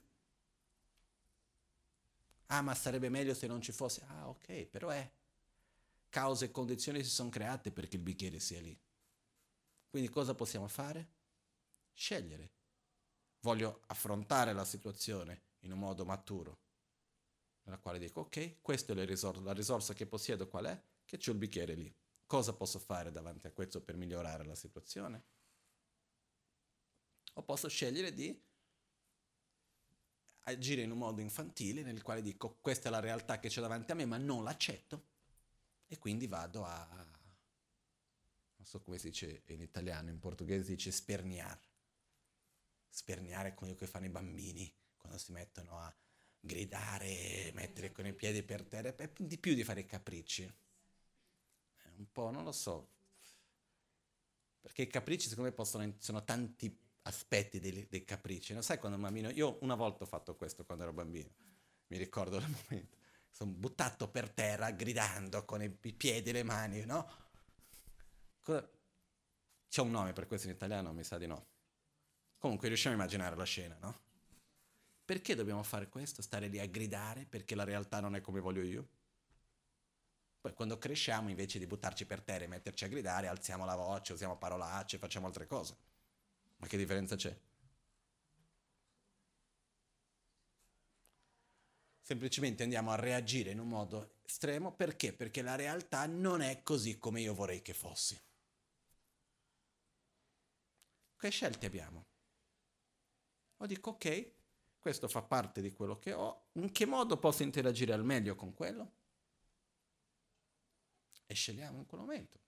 Ah, ma sarebbe meglio se non ci fosse. Ah, ok, però è. Cause e condizioni si sono create perché il bicchiere sia lì. Quindi cosa possiamo fare? Scegliere. Voglio affrontare la situazione in un modo maturo, nella quale dico, ok, questa è la risorsa, la risorsa che possiedo qual è? Che c'ho il bicchiere lì. Cosa posso fare davanti a questo per migliorare la situazione? O posso scegliere di agire in un modo infantile nel quale dico, questa è la realtà che c'è davanti a me, ma non l'accetto e quindi vado a, non so come si dice in italiano, in portoghese si dice sperniare. Sperniare come quello che fanno i bambini quando si mettono a gridare, mettere con i piedi per terra, è di più di fare i capricci. È un po', non lo so, perché i capricci secondo me possono, sono tanti aspetti dei, dei capricci, non sai quando bambino, io una volta ho fatto questo quando ero bambino, mi ricordo il momento, sono buttato per terra gridando con i, i piedi e le mani, no? Cosa... C'è un nome per questo in italiano? Mi sa di no. Comunque riusciamo a immaginare la scena, no? Perché dobbiamo fare questo? Stare lì a gridare perché la realtà non è come voglio io? Poi quando cresciamo, invece di buttarci per terra e metterci a gridare, alziamo la voce, usiamo parolacce, facciamo altre cose. Ma che differenza c'è? Semplicemente andiamo a reagire in un modo estremo perché? Perché la realtà non è così come io vorrei che fossi. Che scelte abbiamo? O dico ok, questo fa parte di quello che ho, in che modo posso interagire al meglio con quello? E scegliamo in quel momento.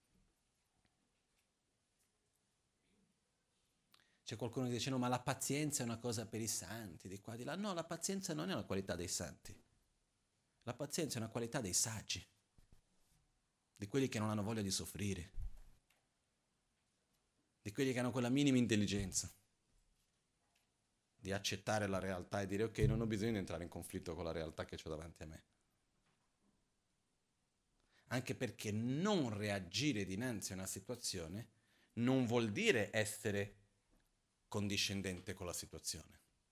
C'è qualcuno che dice no, ma la pazienza è una cosa per i santi, di qua di là. No, la pazienza non è una qualità dei santi. La pazienza è una qualità dei saggi, di quelli che non hanno voglia di soffrire, di quelli che hanno quella minima intelligenza. di accettare la realtà e dire ok, non ho bisogno di entrare in conflitto con la realtà che ho davanti a me. Anche perché non reagire dinanzi a una situazione non vuol dire essere condiscendente con la situazione.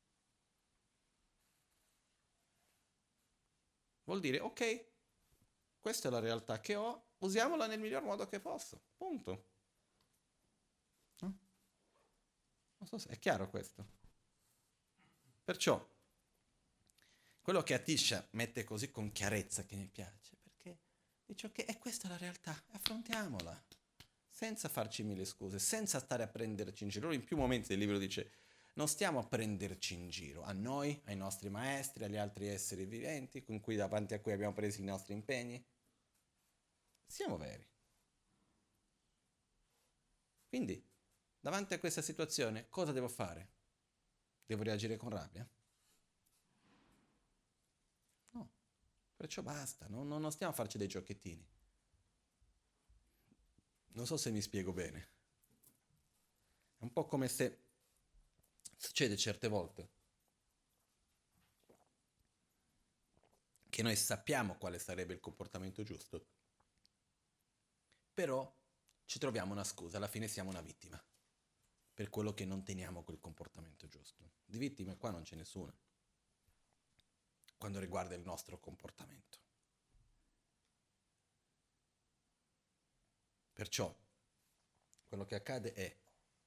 Vuol dire ok, questa è la realtà che ho, usiamola nel miglior modo che posso. Punto. No? Non so se è chiaro questo. Perciò, quello che Atisha mette così con chiarezza che mi piace, perché dice ok, è questa la realtà, affrontiamola, senza farci mille scuse, senza stare a prenderci in giro. Lui in più momenti del libro dice, non stiamo a prenderci in giro, a noi, ai nostri maestri, agli altri esseri viventi, con cui davanti a cui abbiamo preso i nostri impegni. Siamo veri. Quindi, davanti a questa situazione, cosa devo fare? Devo reagire con rabbia? No, perciò basta, non, non stiamo a farci dei giochettini. Non so se mi spiego bene. È un po' come se succede certe volte che noi sappiamo quale sarebbe il comportamento giusto, però ci troviamo una scusa, alla fine siamo una vittima per quello che non teniamo quel comportamento giusto. Di vittime qua non c'è nessuna quando riguarda il nostro comportamento. Perciò quello che accade è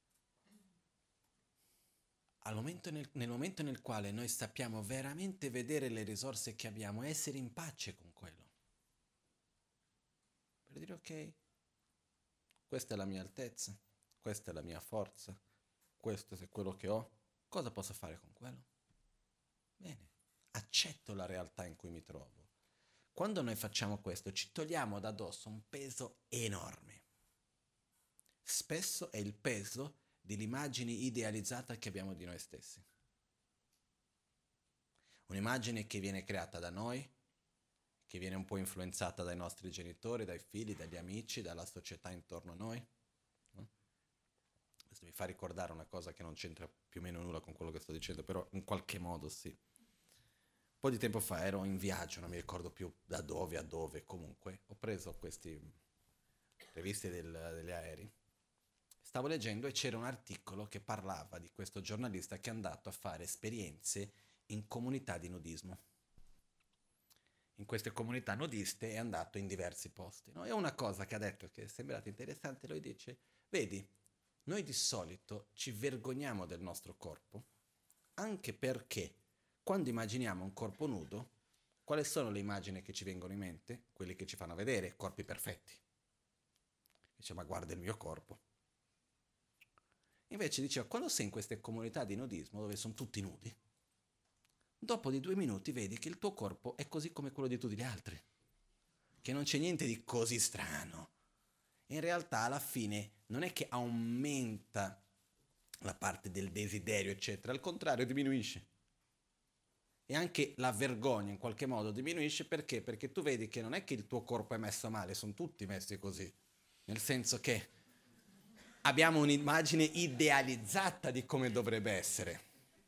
al momento nel, nel momento nel quale noi sappiamo veramente vedere le risorse che abbiamo, essere in pace con quello. Per dire ok, questa è la mia altezza, questa è la mia forza, questo è quello che ho, cosa posso fare con quello? Bene, accetto la realtà in cui mi trovo. Quando noi facciamo questo ci togliamo da dosso un peso enorme. Spesso è il peso dell'immagine idealizzata che abbiamo di noi stessi. Un'immagine che viene creata da noi, che viene un po' influenzata dai nostri genitori, dai figli, dagli amici, dalla società intorno a noi. No? Questo mi fa ricordare una cosa che non c'entra più o meno nulla con quello che sto dicendo, però in qualche modo sì. Un po' di tempo fa ero in viaggio, non mi ricordo più da dove a dove, comunque ho preso queste riviste del, degli aerei. Stavo leggendo e c'era un articolo che parlava di questo giornalista che è andato a fare esperienze in comunità di nudismo. In queste comunità nudiste è andato in diversi posti. No? E una cosa che ha detto che è sembrata interessante, lui dice, vedi, noi di solito ci vergogniamo del nostro corpo, anche perché quando immaginiamo un corpo nudo, quali sono le immagini che ci vengono in mente? Quelle che ci fanno vedere, corpi perfetti. Dice, ma guarda il mio corpo. Invece diceva, quando sei in queste comunità di nudismo, dove sono tutti nudi, dopo di due minuti vedi che il tuo corpo è così come quello di tutti gli altri, che non c'è niente di così strano. In realtà alla fine non è che aumenta la parte del desiderio, eccetera, al contrario diminuisce. E anche la vergogna in qualche modo diminuisce perché? Perché tu vedi che non è che il tuo corpo è messo male, sono tutti messi così. Nel senso che abbiamo un'immagine idealizzata di come dovrebbe essere.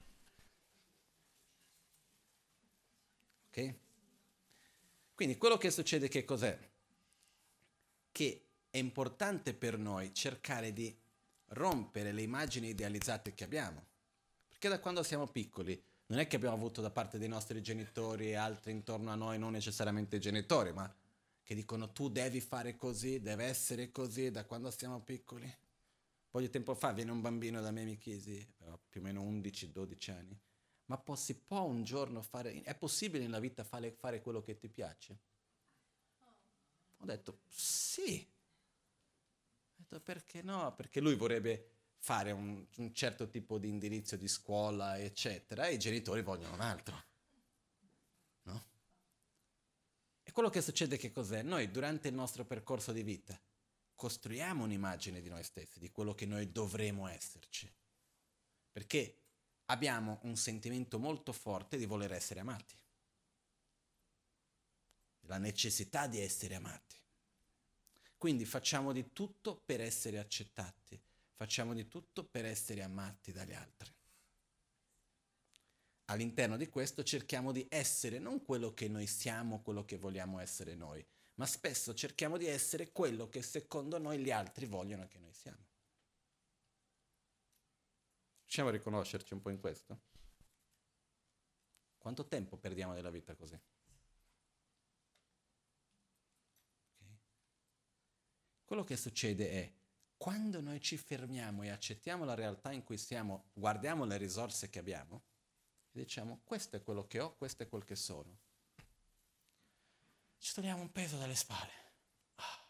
Ok? Quindi quello che succede che cos'è? Che è importante per noi cercare di rompere le immagini idealizzate che abbiamo. Perché da quando siamo piccoli non è che abbiamo avuto da parte dei nostri genitori e altri intorno a noi, non necessariamente genitori, ma che dicono tu devi fare così, deve essere così, da quando siamo piccoli. Un po' di tempo fa viene un bambino da me e mi chiesi, più o meno undici dodici anni, ma po- si può un giorno fare, è possibile nella vita fare, fare quello che ti piace? Ho detto sì. Ho detto perché no? Perché lui vorrebbe fare un, un certo tipo di indirizzo di scuola, eccetera, e i genitori vogliono un altro. No? E quello che succede che cos'è? Noi durante il nostro percorso di vita costruiamo un'immagine di noi stessi, di quello che noi dovremo esserci. Perché abbiamo un sentimento molto forte di voler essere amati. La necessità di essere amati. Quindi facciamo di tutto per essere accettati, facciamo di tutto per essere amati dagli altri. all'interno di questo cerchiamo di essere non quello che noi siamo, quello che vogliamo essere noi, ma spesso cerchiamo di essere quello che secondo noi gli altri vogliono che noi siamo. Riusciamo a riconoscerci un po' in questo? Quanto tempo perdiamo della vita così? Okay. Quello che succede è, quando noi ci fermiamo e accettiamo la realtà in cui siamo, guardiamo le risorse che abbiamo, e diciamo, questo è quello che ho, questo è quel che sono, ci togliamo un peso dalle spalle. Ah,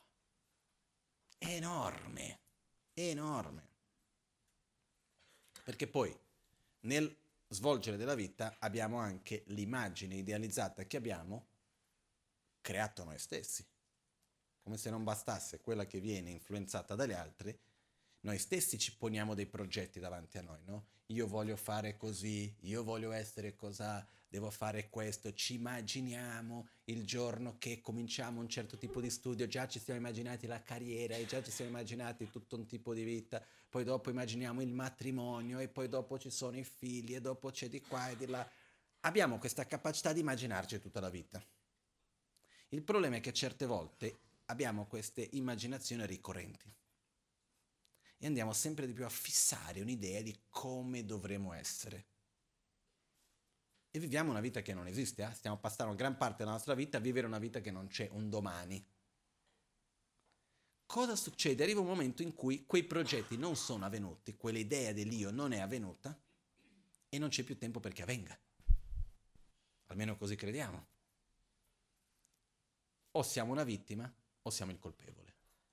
enorme, enorme. Perché poi, nel svolgere della vita, abbiamo anche l'immagine idealizzata che abbiamo creato noi stessi. Come se non bastasse quella che viene influenzata dagli altri, noi stessi ci poniamo dei progetti davanti a noi, no? Io voglio fare così, io voglio essere così, devo fare questo, ci immaginiamo il giorno che cominciamo un certo tipo di studio, già ci siamo immaginati la carriera e già ci siamo immaginati tutto un tipo di vita, poi dopo immaginiamo il matrimonio e poi dopo ci sono i figli e dopo c'è di qua e di là. Abbiamo questa capacità di immaginarci tutta la vita. Il problema è che certe volte abbiamo queste immaginazioni ricorrenti e andiamo sempre di più a fissare un'idea di come dovremo essere. E viviamo una vita che non esiste, eh? Stiamo passando gran parte della nostra vita a vivere una vita che non c'è, un domani. Cosa succede? Arriva un momento in cui quei progetti non sono avvenuti, quell'idea dell'io non è avvenuta e non c'è più tempo perché avvenga. Almeno così crediamo. O siamo una vittima o siamo il colpevole.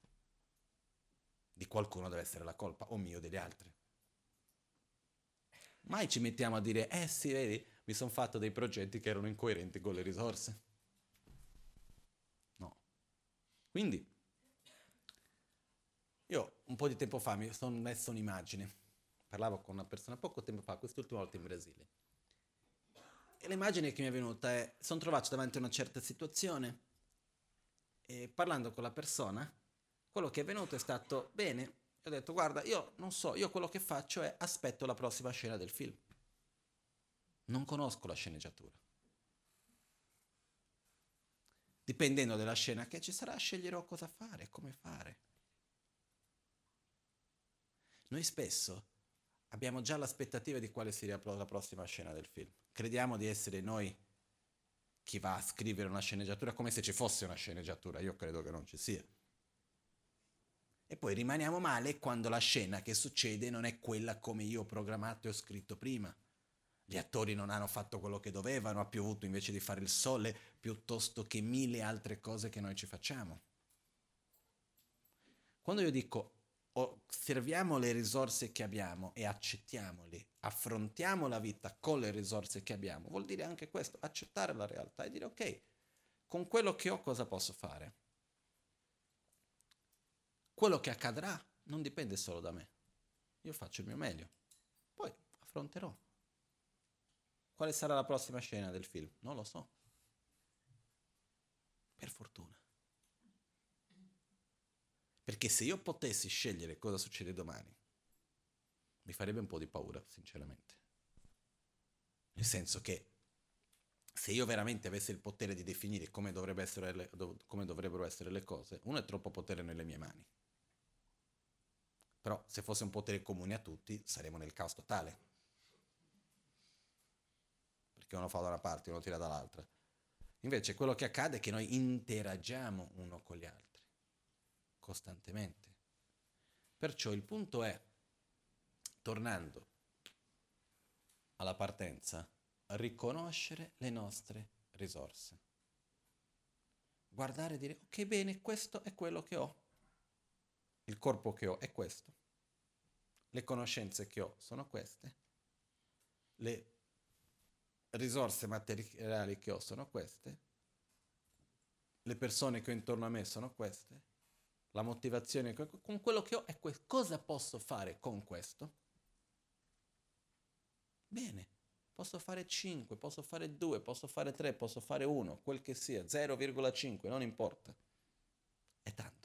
Di qualcuno deve essere la colpa, o mio o degli altri. Mai ci mettiamo a dire, eh sì, vedi, mi sono fatto dei progetti che erano incoerenti con le risorse. No. Quindi, io un po' di tempo fa mi sono messo un'immagine. Parlavo con una persona poco tempo fa, quest'ultima volta in Brasile. E l'immagine che mi è venuta è, sono trovato davanti a una certa situazione e parlando con la persona, quello che è venuto è stato, bene, ho detto, guarda, io non so, io quello che faccio è aspetto la prossima scena del film. Non conosco la sceneggiatura. Dipendendo dalla scena che ci sarà, sceglierò cosa fare, come fare. Noi spesso abbiamo già l'aspettativa di quale sia la prossima scena del film. Crediamo di essere noi chi va a scrivere una sceneggiatura come se ci fosse una sceneggiatura. Io credo che non ci sia. E poi rimaniamo male quando la scena che succede non è quella come io ho programmato e ho scritto prima. Gli attori non hanno fatto quello che dovevano, ha piovuto invece di fare il sole, piuttosto che mille altre cose che noi ci facciamo. Quando io dico osserviamo le risorse che abbiamo e accettiamole, affrontiamo la vita con le risorse che abbiamo, vuol dire anche questo, accettare la realtà e dire ok, con quello che ho cosa posso fare? Quello che accadrà non dipende solo da me, io faccio il mio meglio, poi affronterò. Quale sarà la prossima scena del film? Non lo so. Per fortuna. Perché se io potessi scegliere cosa succede domani, mi farebbe un po' di paura, sinceramente. Nel senso che se io veramente avessi il potere di definire come, dovrebbe essere le, come dovrebbero essere le cose, uno è troppo potere nelle mie mani. Però se fosse un potere comune a tutti, saremmo nel caos totale. Perché uno fa da una parte e uno tira dall'altra. Invece quello che accade è che noi interagiamo uno con gli altri, costantemente. Perciò il punto è, tornando alla partenza, riconoscere le nostre risorse. Guardare e dire, ok bene, questo è quello che ho. Il corpo che ho è questo. Le conoscenze che ho sono queste. Le risorse materiali che ho sono queste. Le persone che ho intorno a me sono queste. La motivazione che ho, con quello che ho è questo. Cosa posso fare con questo? Bene. Posso fare cinque, posso fare due, posso fare tre, posso fare uno, quel che sia, zero virgola cinque, non importa. È tanto.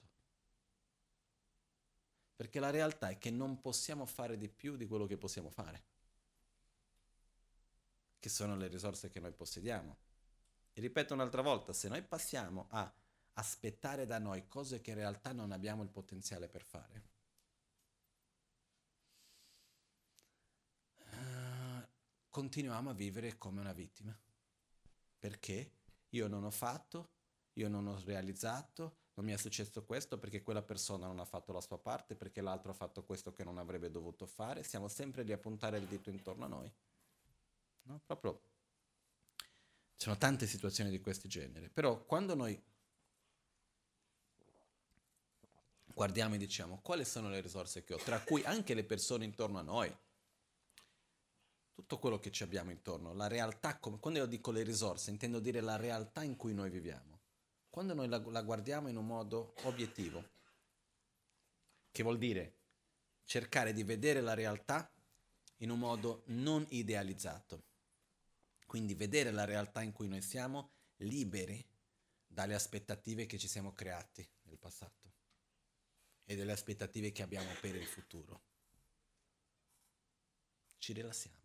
Perché la realtà è che non possiamo fare di più di quello che possiamo fare. che sono le risorse che noi possediamo. E ripeto un'altra volta, se noi passiamo a aspettare da noi cose che in realtà non abbiamo il potenziale per fare, uh, continuiamo a vivere come una vittima. Perché io non ho fatto, io non ho realizzato, non mi è successo questo perché quella persona non ha fatto la sua parte, perché l'altro ha fatto questo che non avrebbe dovuto fare. Siamo sempre lì a puntare il dito intorno a noi. No? Proprio ci sono tante situazioni di questo genere. Però quando noi guardiamo e diciamo quali sono le risorse che ho, tra cui anche le persone intorno a noi, tutto quello che ci abbiamo intorno, la realtà, come, quando io dico le risorse, intendo dire la realtà in cui noi viviamo. Quando noi la, la guardiamo in un modo obiettivo, che vuol dire cercare di vedere la realtà in un modo non idealizzato, quindi vedere la realtà in cui noi siamo liberi dalle aspettative che ci siamo creati nel passato e delle aspettative che abbiamo per il futuro. Ci rilassiamo.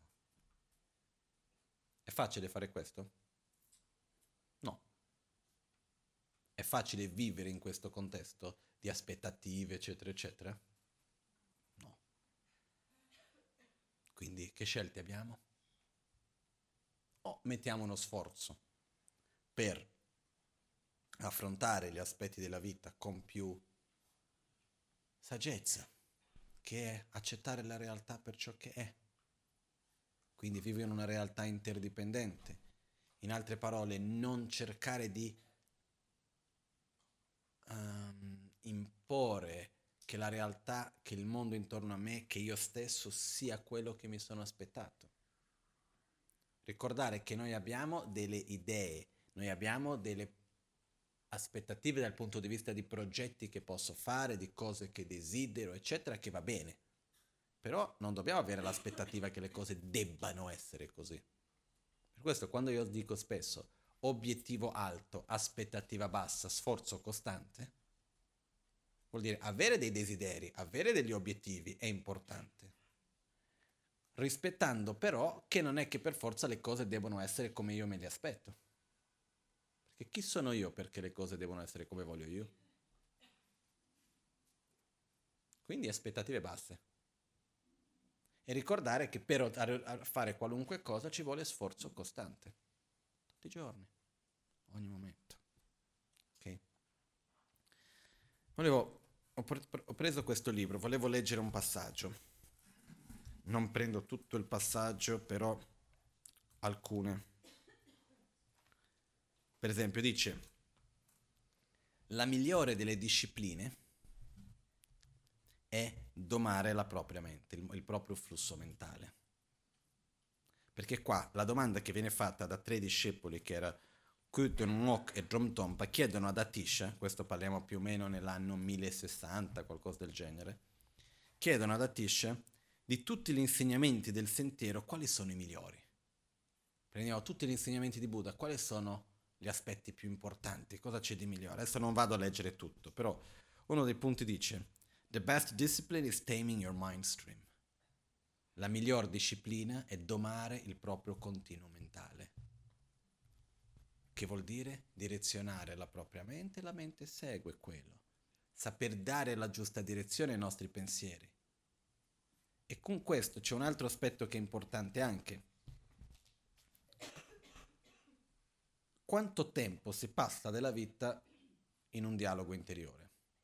È facile fare questo? No. È facile vivere in questo contesto di aspettative, eccetera, eccetera? No. Quindi che scelte abbiamo? O mettiamo uno sforzo per affrontare gli aspetti della vita con più saggezza, che è accettare la realtà per ciò che è. Quindi vivere in una realtà interdipendente. In altre parole, non cercare di um, imporre che la realtà, che il mondo intorno a me, che io stesso sia quello che mi sono aspettato. Ricordare che noi abbiamo delle idee, noi abbiamo delle aspettative dal punto di vista di progetti che posso fare, di cose che desidero, eccetera, che va bene. Però non dobbiamo avere l'aspettativa che le cose debbano essere così. Per questo quando io dico spesso obiettivo alto, aspettativa bassa, sforzo costante, vuol dire avere dei desideri, avere degli obiettivi è importante. Rispettando però che non è che per forza le cose devono essere come io me le aspetto. Perché chi sono io perché le cose devono essere come voglio io? Quindi aspettative basse. E ricordare che per fare qualunque cosa ci vuole sforzo costante. Tutti i giorni, ogni momento. Ok? Volevo, ho, pre- ho preso questo libro, volevo leggere un passaggio. Non prendo tutto il passaggio, però alcune. Per esempio dice, la migliore delle discipline è domare la propria mente, il, il proprio flusso mentale. Perché qua la domanda che viene fatta da tre discepoli, che era Kuten, Ngok e Dromtompa, chiedono ad Atisha, questo parliamo più o meno nell'anno mille sessanta, qualcosa del genere, chiedono ad Atisha di tutti gli insegnamenti del sentiero quali sono i migliori. Prendiamo tutti gli insegnamenti di Buddha, quali sono gli aspetti più importanti, cosa c'è di migliore? Adesso non vado a leggere tutto, però uno dei punti dice The best discipline is taming your mind stream. La miglior disciplina è domare il proprio continuo mentale. Che vuol dire? Direzionare la propria mente e la mente segue quello. Saper dare la giusta direzione ai nostri pensieri. E con questo c'è un altro aspetto che è importante anche. Quanto tempo si passa della vita in un dialogo interiore?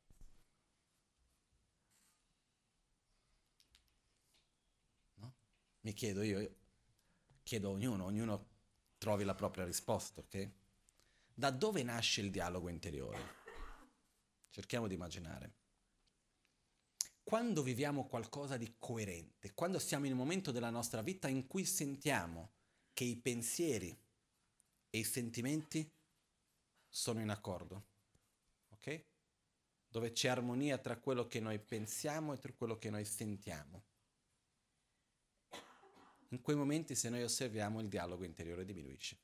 No? Mi chiedo io, io, chiedo a ognuno, ognuno trovi la propria risposta, ok? Da dove nasce il dialogo interiore? Cerchiamo di immaginare. Quando viviamo qualcosa di coerente, quando siamo in un momento della nostra vita in cui sentiamo che i pensieri e i sentimenti sono in accordo, ok? Dove c'è armonia tra quello che noi pensiamo e tra quello che noi sentiamo. In quei momenti, se noi osserviamo, il dialogo interiore diminuisce.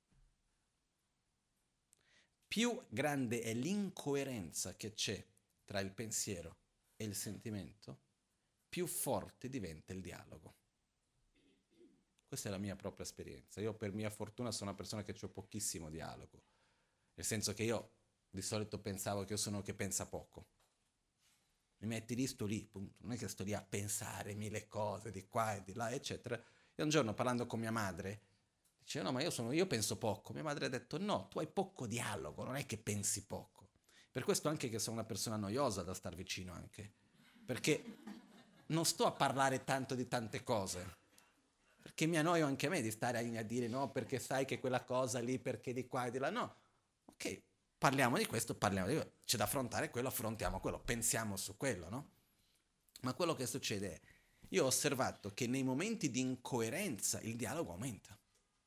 Più grande è l'incoerenza che c'è tra il pensiero e il sentimento, più forte diventa il dialogo. Questa è la mia propria esperienza. Io per mia fortuna sono una persona che ho pochissimo dialogo, nel senso che io di solito pensavo che io sono uno che pensa poco. Mi metti lì, sto lì, punto. Non è che sto lì a pensare mille cose di qua e di là, eccetera. E un giorno parlando con mia madre, dice no, ma io, sono, io penso poco. Mia madre ha detto no, tu hai poco dialogo, non è che pensi poco. Per questo anche che sono una persona noiosa da star vicino anche, perché non sto a parlare tanto di tante cose, perché mi annoio anche a me di stare a dire no, perché sai che quella cosa lì, perché di qua e di là, no. Ok, parliamo di questo, parliamo di quello, c'è da affrontare quello, affrontiamo quello, pensiamo su quello, no? Ma quello che succede è, io ho osservato che nei momenti di incoerenza il dialogo aumenta.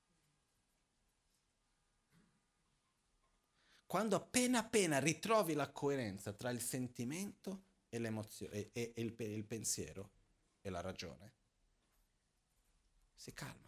Quando appena appena ritrovi la coerenza tra il sentimento e l'emozione e, e, e il, il pensiero e la ragione, si calma.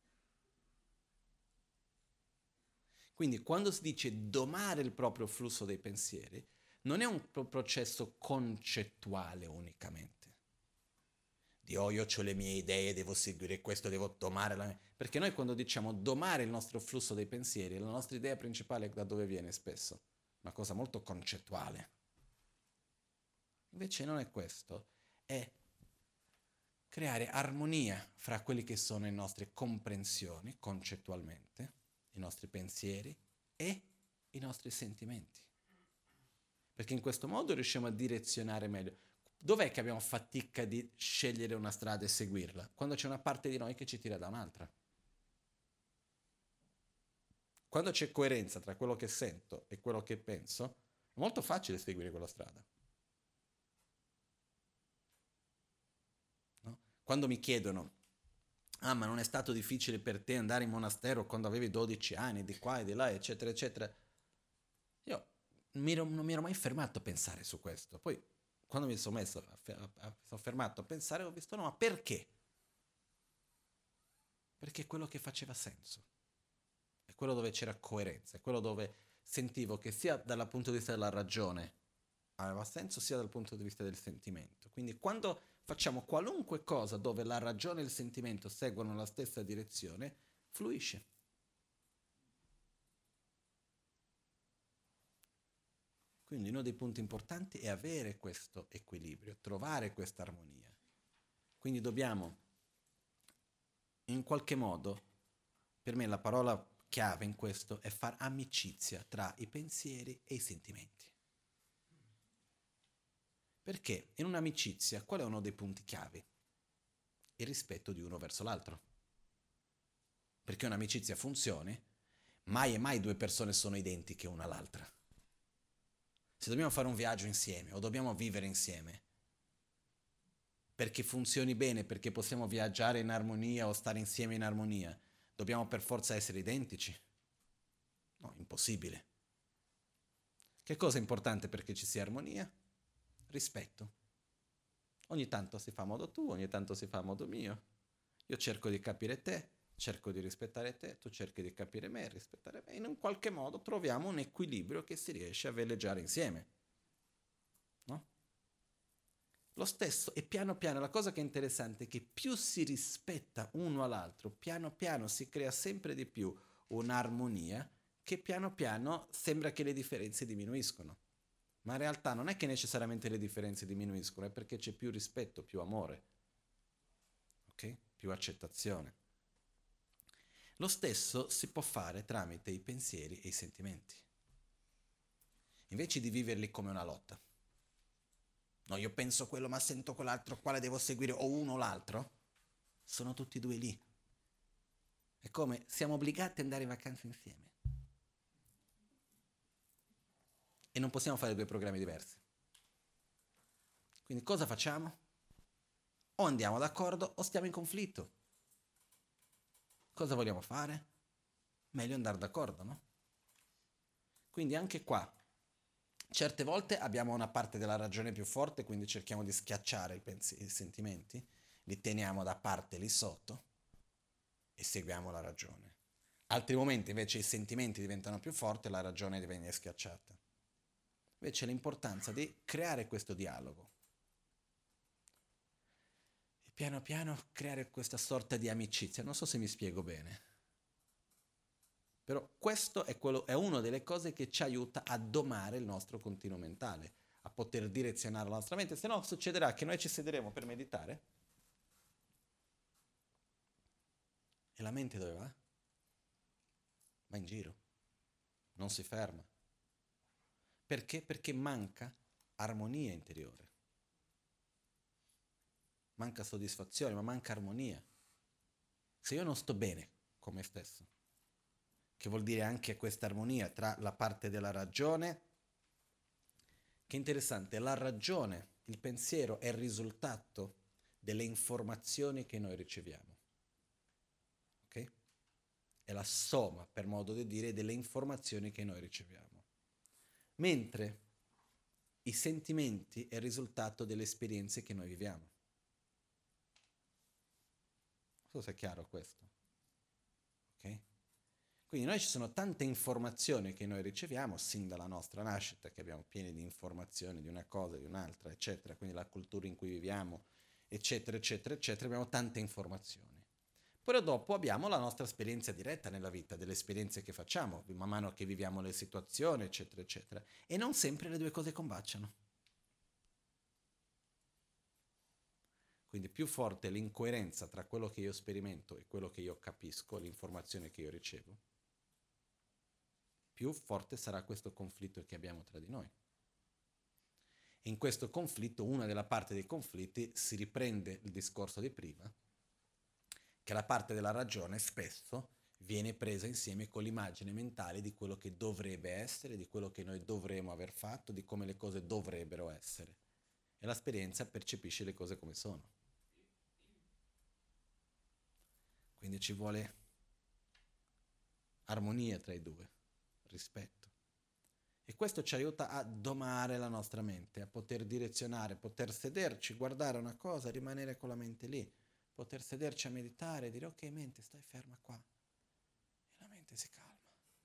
Quindi quando si dice domare il proprio flusso dei pensieri, non è un processo concettuale unicamente. Di oh, io ho le mie idee, devo seguire questo, devo domare la mia... Perché noi quando diciamo domare il nostro flusso dei pensieri, la nostra idea principale da dove viene spesso? Una cosa molto concettuale. Invece non è questo, è creare armonia fra quelli che sono le nostre comprensioni concettualmente, i nostri pensieri e i nostri sentimenti. Perché in questo modo riusciamo a direzionare meglio. Dov'è che abbiamo fatica di scegliere una strada e seguirla? Quando c'è una parte di noi che ci tira da un'altra. Quando c'è coerenza tra quello che sento e quello che penso, è molto facile seguire quella strada. No? Quando mi chiedono, ah ma non è stato difficile per te andare in monastero quando avevi dodici anni, di qua e di là, eccetera, eccetera, io mi ero, non mi ero mai fermato a pensare su questo. Poi quando mi sono messo, a, a, a, sono fermato a pensare, ho visto no, ma perché? Perché è quello che faceva senso, è quello dove c'era coerenza, è quello dove sentivo che sia dal punto di vista della ragione aveva senso, sia dal punto di vista del sentimento. Quindi quando facciamo qualunque cosa dove la ragione e il sentimento seguono la stessa direzione, fluisce. Quindi uno dei punti importanti è avere questo equilibrio, trovare questa armonia. Quindi dobbiamo, in qualche modo, per me la parola chiave in questo è far amicizia tra i pensieri e i sentimenti. Perché in un'amicizia qual è uno dei punti chiave? Il rispetto di uno verso l'altro. Perché un'amicizia funzioni, mai e mai due persone sono identiche una all'altra. Se dobbiamo fare un viaggio insieme o dobbiamo vivere insieme, perché funzioni bene, perché possiamo viaggiare in armonia o stare insieme in armonia, dobbiamo per forza essere identici? No, impossibile. Che cosa è importante perché ci sia armonia? Rispetto. Ogni tanto si fa a modo tuo, ogni tanto si fa a modo mio. Io cerco di capire te, cerco di rispettare te, tu cerchi di capire me, rispettare me. In un qualche modo troviamo un equilibrio che si riesce a veleggiare insieme. No? Lo stesso, e piano piano, la cosa che è interessante è che più si rispetta uno all'altro, piano piano si crea sempre di più un'armonia che piano piano sembra che le differenze diminuiscono. Ma in realtà non è che necessariamente le differenze diminuiscono, è perché c'è più rispetto, più amore, ok? Più accettazione. Lo stesso si può fare tramite i pensieri e i sentimenti. Invece di viverli come una lotta. No, io penso quello ma sento quell'altro, quale devo seguire, o uno o l'altro? Sono tutti e due lì. È come siamo obbligati ad andare in vacanza insieme. E non possiamo fare due programmi diversi. Quindi cosa facciamo? O andiamo d'accordo o stiamo in conflitto. Cosa vogliamo fare? Meglio andare d'accordo, no? Quindi anche qua, certe volte abbiamo una parte della ragione più forte, quindi cerchiamo di schiacciare i, pensieri, i sentimenti, li teniamo da parte lì sotto e seguiamo la ragione. Altri momenti invece i sentimenti diventano più forti e la ragione viene schiacciata. Invece l'importanza di creare questo dialogo. piano piano creare questa sorta di amicizia. Non so se mi spiego bene. Però questo è, quello, è una delle cose che ci aiuta a domare il nostro continuo mentale, a poter direzionare la nostra mente, se no succederà che noi ci siederemo per meditare e la mente dove va? Va in giro, non si ferma. Perché? Perché manca armonia interiore. Manca soddisfazione, ma manca armonia. Se io non sto bene con me stesso, che vuol dire anche questa armonia tra la parte della ragione, che interessante, la ragione, il pensiero è il risultato delle informazioni che noi riceviamo. Ok? È la somma, per modo di dire, delle informazioni che noi riceviamo. Mentre i sentimenti è il risultato delle esperienze che noi viviamo. Non so se è chiaro questo. Ok? Quindi noi ci sono tante informazioni che noi riceviamo sin dalla nostra nascita, che abbiamo pieni di informazioni di una cosa, di un'altra, eccetera, quindi la cultura in cui viviamo, eccetera, eccetera, eccetera, abbiamo tante informazioni. Poi dopo abbiamo la nostra esperienza diretta nella vita, delle esperienze che facciamo, man mano che viviamo le situazioni, eccetera, eccetera. E non sempre le due cose combaciano. Quindi più forte è l'incoerenza tra quello che io sperimento e quello che io capisco, l'informazione che io ricevo, più forte sarà questo conflitto che abbiamo tra di noi. E in questo conflitto, una della parti dei conflitti, si riprende il discorso di prima, che la parte della ragione spesso viene presa insieme con l'immagine mentale di quello che dovrebbe essere, di quello che noi dovremmo aver fatto, di come le cose dovrebbero essere. E l'esperienza percepisce le cose come sono. Quindi ci vuole armonia tra i due, rispetto. E questo ci aiuta a domare la nostra mente, a poter direzionare, poter sederci, guardare una cosa, rimanere con la mente lì, poter sederci a meditare e dire ok mente, stai ferma qua. E la mente si calma.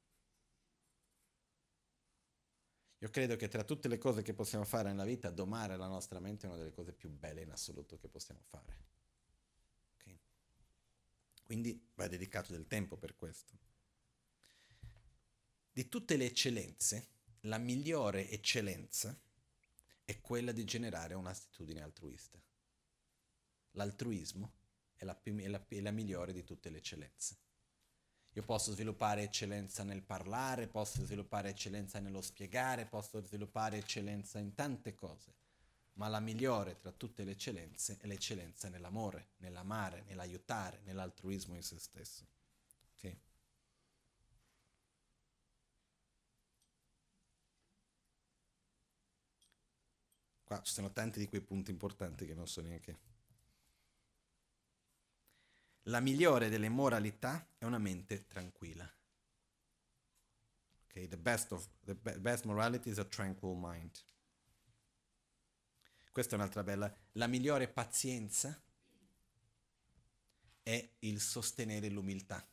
Io credo che tra tutte le cose che possiamo fare nella vita, domare la nostra mente è una delle cose più belle in assoluto che possiamo fare. Okay? Quindi va dedicato del tempo per questo. Di tutte le eccellenze, la migliore eccellenza è quella di generare un'attitudine altruista. L'altruismo è la, è, la, è la migliore di tutte le eccellenze. Io posso sviluppare eccellenza nel parlare, posso sviluppare eccellenza nello spiegare, posso sviluppare eccellenza in tante cose, ma la migliore tra tutte le eccellenze è l'eccellenza nell'amore, nell'amare, nell'aiutare, nell'altruismo in se stesso. Okay? Qua ci sono tanti di quei punti importanti che non so neanche. La migliore delle moralità è una mente tranquilla. Okay, the best of the best morality is a tranquil mind. Questa è un'altra bella. La migliore pazienza è il sostenere l'umiltà.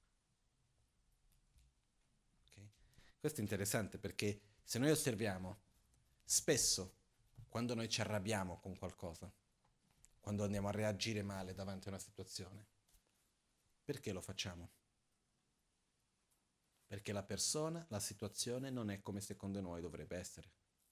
Okay? Questo è interessante perché se noi osserviamo, spesso quando noi ci arrabbiamo con qualcosa, quando andiamo a reagire male davanti a una situazione, perché lo facciamo? Perché la persona, la situazione non è come secondo noi dovrebbe essere.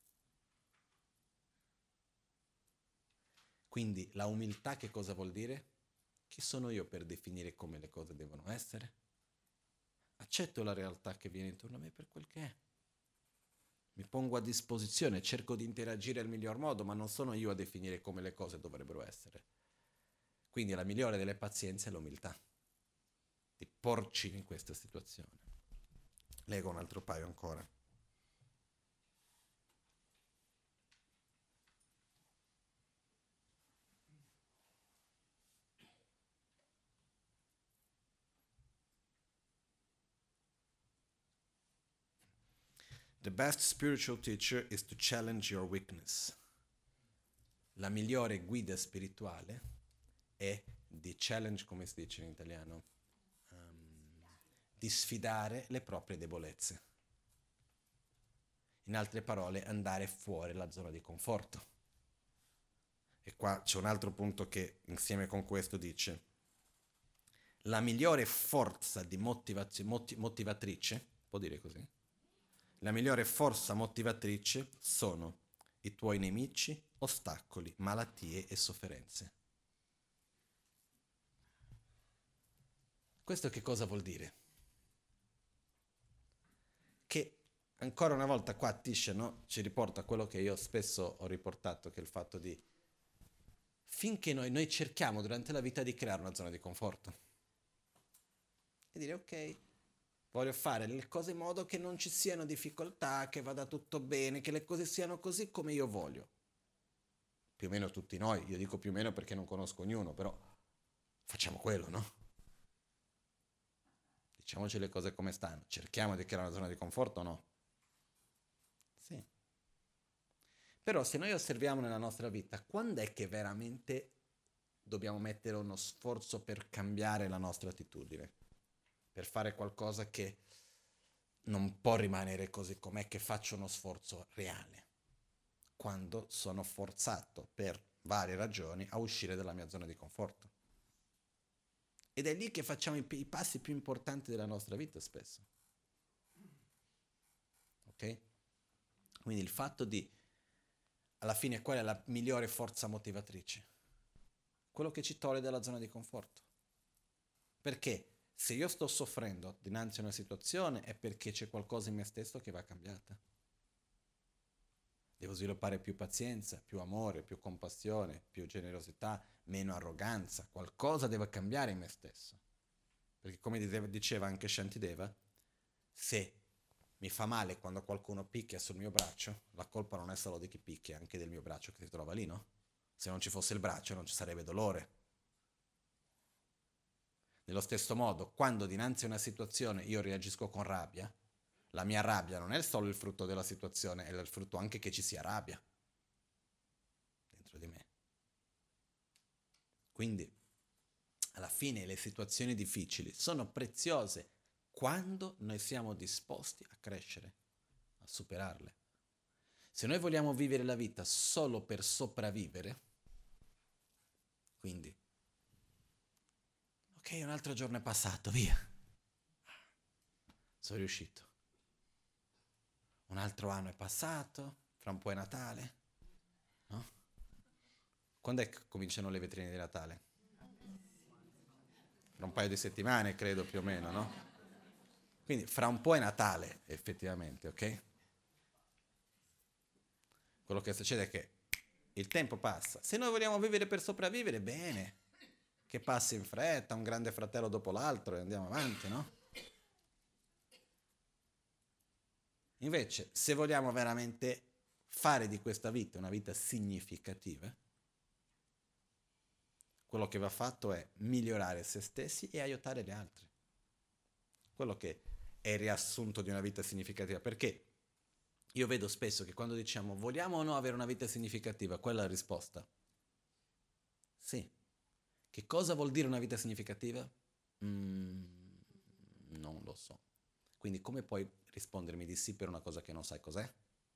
Quindi la umiltà che cosa vuol dire? Chi sono io per definire come le cose devono essere? Accetto la realtà che viene intorno a me per quel che è. Mi pongo a disposizione, cerco di interagire al miglior modo, ma non sono io a definire come le cose dovrebbero essere. Quindi la migliore delle pazienze è l'umiltà, di porci in questa situazione. Leggo un altro paio ancora. The best spiritual teacher is to challenge your weakness. La migliore guida spirituale è di challenge, come si dice in italiano, um, di sfidare le proprie debolezze. In altre parole, andare fuori dalla zona di conforto. E qua c'è un altro punto che insieme con questo dice: la migliore forza di motivaz- moti- motivatrice, può dire così? La migliore forza motivatrice sono i tuoi nemici, ostacoli, malattie e sofferenze. Questo che cosa vuol dire? Che ancora una volta qua Tisha, no, ci riporta quello che io spesso ho riportato, che è il fatto di finché noi, noi cerchiamo durante la vita di creare una zona di conforto e dire ok, voglio fare le cose in modo che non ci siano difficoltà, che vada tutto bene, che le cose siano così come io voglio. Più o meno tutti noi, io dico più o meno perché non conosco ognuno, però facciamo quello, no? Diciamoci le cose come stanno, cerchiamo di creare una zona di conforto o no? Sì. Però se noi osserviamo nella nostra vita, quando è che veramente dobbiamo mettere uno sforzo per cambiare la nostra attitudine? Per fare qualcosa che non può rimanere così com'è, che faccio uno sforzo reale? Quando sono forzato per varie ragioni a uscire dalla mia zona di conforto. Ed è lì che facciamo i, i passi più importanti della nostra vita spesso. Ok? Quindi il fatto di, alla fine, qual è la migliore forza motivatrice? Quello che ci toglie dalla zona di conforto. Perché se io sto soffrendo dinanzi a una situazione è perché c'è qualcosa in me stesso che va cambiata. Devo sviluppare più pazienza, più amore, più compassione, più generosità, meno arroganza. Qualcosa deve cambiare in me stesso. Perché come diceva anche Shantideva, se mi fa male quando qualcuno picchia sul mio braccio, la colpa non è solo di chi picchia, è anche del mio braccio che si trova lì, no? Se non ci fosse il braccio non ci sarebbe dolore. Nello stesso modo, quando dinanzi a una situazione io reagisco con rabbia, la mia rabbia non è solo il frutto della situazione, è il frutto anche che ci sia rabbia dentro di me. Quindi, alla fine, le situazioni difficili sono preziose quando noi siamo disposti a crescere, a superarle. Se noi vogliamo vivere la vita solo per sopravvivere, quindi, ok, un altro giorno è passato, via, sono riuscito. Un altro anno è passato, fra un po' è Natale, no? Quando è che cominciano le vetrine di Natale? Fra un paio di settimane, credo, più o meno, no? Quindi fra un po' è Natale, effettivamente, ok? Quello che succede è che il tempo passa. Se noi vogliamo vivere per sopravvivere, bene, che passi in fretta, un grande fratello dopo l'altro e andiamo avanti, no? Invece, se vogliamo veramente fare di questa vita una vita significativa, quello che va fatto è migliorare se stessi e aiutare gli altri. Quello che è il riassunto di una vita significativa. Perché io vedo spesso che quando diciamo vogliamo o no avere una vita significativa, quella è la risposta. Sì. Che cosa vuol dire una vita significativa? Mm, non lo so. Quindi come puoi rispondermi di sì per una cosa che non sai cos'è?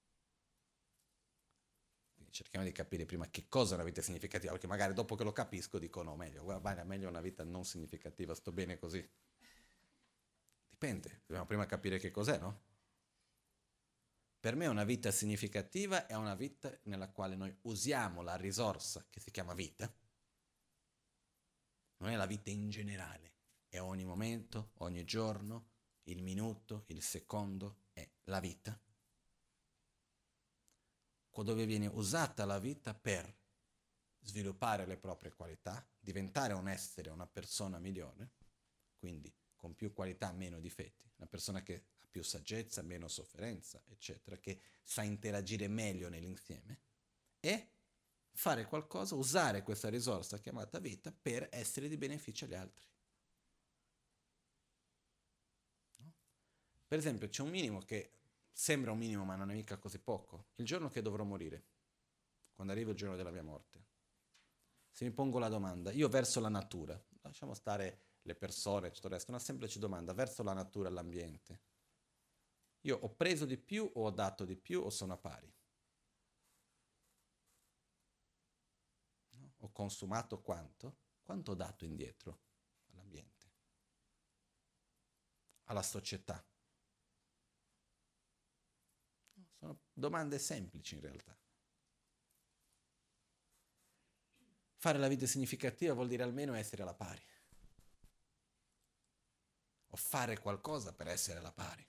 Quindi cerchiamo di capire prima che cosa è una vita significativa, perché magari dopo che lo capisco dico no, meglio, guarda, meglio una vita non significativa, sto bene così. Dipende, dobbiamo prima capire che cos'è, no? Per me una vita significativa è una vita nella quale noi usiamo la risorsa che si chiama vita. Non è la vita in generale, è ogni momento, ogni giorno, il minuto, il secondo, è la vita. Dove viene usata la vita per sviluppare le proprie qualità, diventare un essere, una persona migliore, quindi con più qualità, meno difetti, una persona che ha più saggezza, meno sofferenza, eccetera, che sa interagire meglio nell'insieme e fare qualcosa, usare questa risorsa chiamata vita per essere di beneficio agli altri. No? Per esempio, c'è un minimo che sembra un minimo, ma non è mica così poco. Il giorno che dovrò morire, quando arriva il giorno della mia morte, se mi pongo la domanda, io verso la natura, lasciamo stare le persone, tutto il resto, una semplice domanda, verso la natura e l'ambiente, io ho preso di più o ho dato di più o sono a pari? consumato quanto? Quanto ho dato indietro all'ambiente, alla società? Sono domande semplici in realtà. Fare la vita significativa vuol dire almeno essere alla pari. O fare qualcosa per essere alla pari.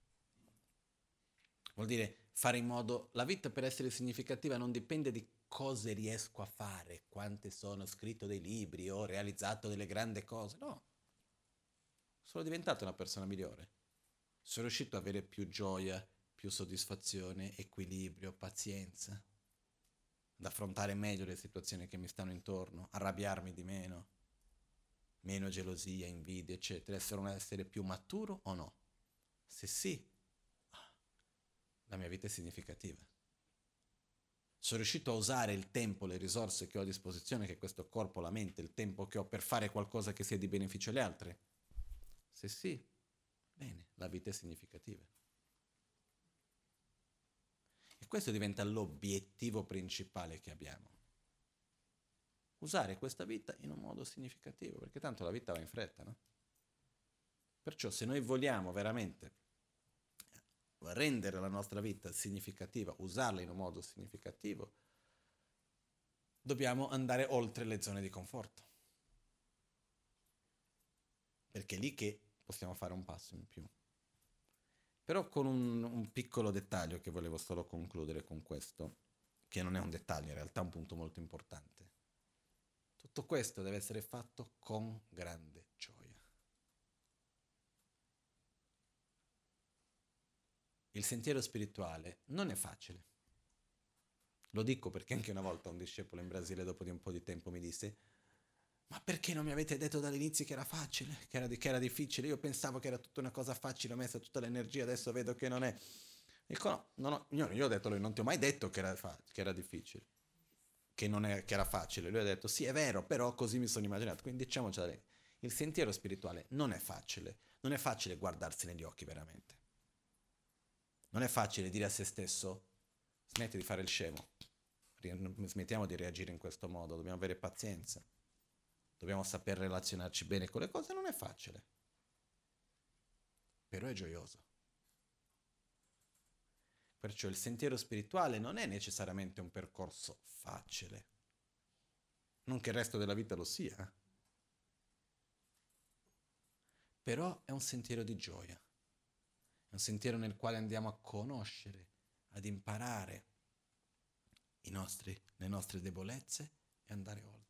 Vuol dire fare in modo... La vita per essere significativa non dipende di cosa riesco a fare, quante sono scritto dei libri o realizzato delle grandi cose. No. Sono diventato una persona migliore. Sono riuscito ad avere più gioia, più soddisfazione, equilibrio, pazienza, ad affrontare meglio le situazioni che mi stanno intorno, arrabbiarmi di meno, meno gelosia, invidia, eccetera, essere un essere più maturo o no? Se sì, la mia vita è significativa. Sono riuscito a usare il tempo, le risorse che ho a disposizione, che questo corpo, la mente, il tempo che ho per fare qualcosa che sia di beneficio agli altri? Se sì, bene, la vita è significativa. E questo diventa l'obiettivo principale che abbiamo. Usare questa vita in un modo significativo, perché tanto la vita va in fretta, no? Perciò se noi vogliamo veramente rendere la nostra vita significativa, usarla in un modo significativo, dobbiamo andare oltre le zone di conforto. Perché è lì che possiamo fare un passo in più. Però con un, un piccolo dettaglio che volevo solo concludere con questo, che non è un dettaglio, in realtà è un punto molto importante. Tutto questo deve essere fatto con grande gioia. Il sentiero spirituale non è facile. Lo dico perché anche una volta un discepolo in Brasile, dopo di un po' di tempo, mi disse: ma perché non mi avete detto dall'inizio che era facile, che era, di, che era difficile? Io pensavo che era tutta una cosa facile, ho messo tutta l'energia, adesso vedo che non è. Dico no, no, no io, io ho detto, lui non ti ho mai detto che era, fa- che era difficile, che, non è, che era facile. Lui ha detto sì è vero, però così mi sono immaginato. Quindi diciamoci da lei, il sentiero spirituale non è facile, non è facile guardarsi negli occhi veramente. Non è facile dire a se stesso smetti di fare il scemo, smettiamo di reagire in questo modo, dobbiamo avere pazienza. Dobbiamo saper relazionarci bene con le cose, non è facile, però è gioioso. Perciò il sentiero spirituale non è necessariamente un percorso facile, non che il resto della vita lo sia, però è un sentiero di gioia, è un sentiero nel quale andiamo a conoscere, ad imparare i nostri, le nostre debolezze e andare oltre.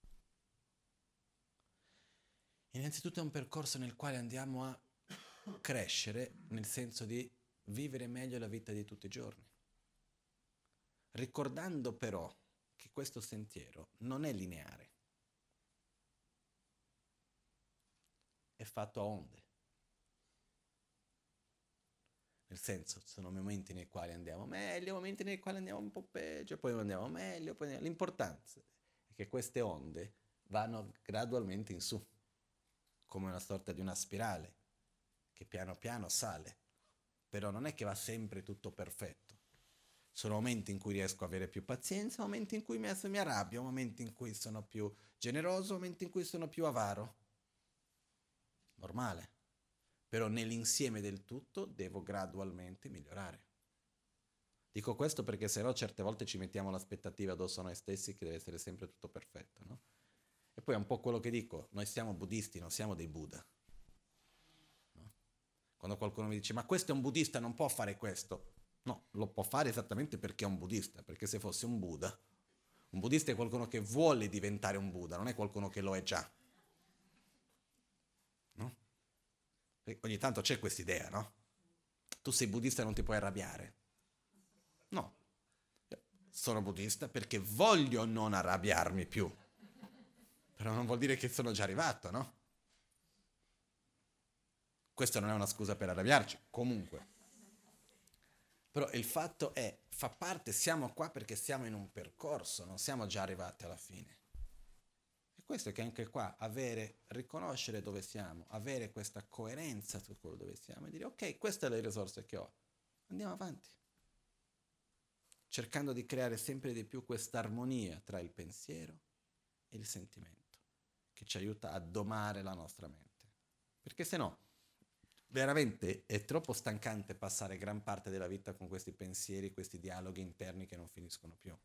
Innanzitutto è un percorso nel quale andiamo a crescere, nel senso di vivere meglio la vita di tutti i giorni. Ricordando però che questo sentiero non è lineare, è fatto a onde. Nel senso, ci sono momenti nei quali andiamo meglio, momenti nei quali andiamo un po' peggio, poi andiamo meglio, poi andiamo... L'importanza è che queste onde vanno gradualmente in su, come una sorta di una spirale che piano piano sale, però non è che va sempre tutto perfetto. Sono momenti in cui riesco a avere più pazienza, momenti in cui mi, mi arrabbio, momenti in cui sono più generoso, momenti in cui sono più avaro. Normale. Però nell'insieme del tutto devo gradualmente migliorare. Dico questo perché sennò certe volte ci mettiamo l'aspettativa addosso a noi stessi che deve essere sempre tutto perfetto, no? E poi è un po' quello che dico, noi siamo buddisti, non siamo dei Buddha. No? Quando qualcuno mi dice ma questo è un buddista, non può fare questo. No, lo può fare esattamente perché è un buddista, perché se fosse un Buddha, un buddista è qualcuno che vuole diventare un Buddha, non è qualcuno che lo è già. No? E ogni tanto c'è quest'idea, no? Tu sei buddista e non ti puoi arrabbiare. No, sono buddista perché voglio non arrabbiarmi più. Però non vuol dire che sono già arrivato, no? Questa non è una scusa per arrabbiarci, comunque. Però il fatto è, fa parte, siamo qua perché siamo in un percorso, non siamo già arrivati alla fine. E questo è che anche qua, avere, riconoscere dove siamo, avere questa coerenza su quello dove siamo e dire ok, queste sono le risorse che ho, andiamo avanti. Cercando di creare sempre di più questa armonia tra il pensiero è il sentimento, che ci aiuta a domare la nostra mente. Perché se no, veramente è troppo stancante passare gran parte della vita con questi pensieri, questi dialoghi interni che non finiscono più.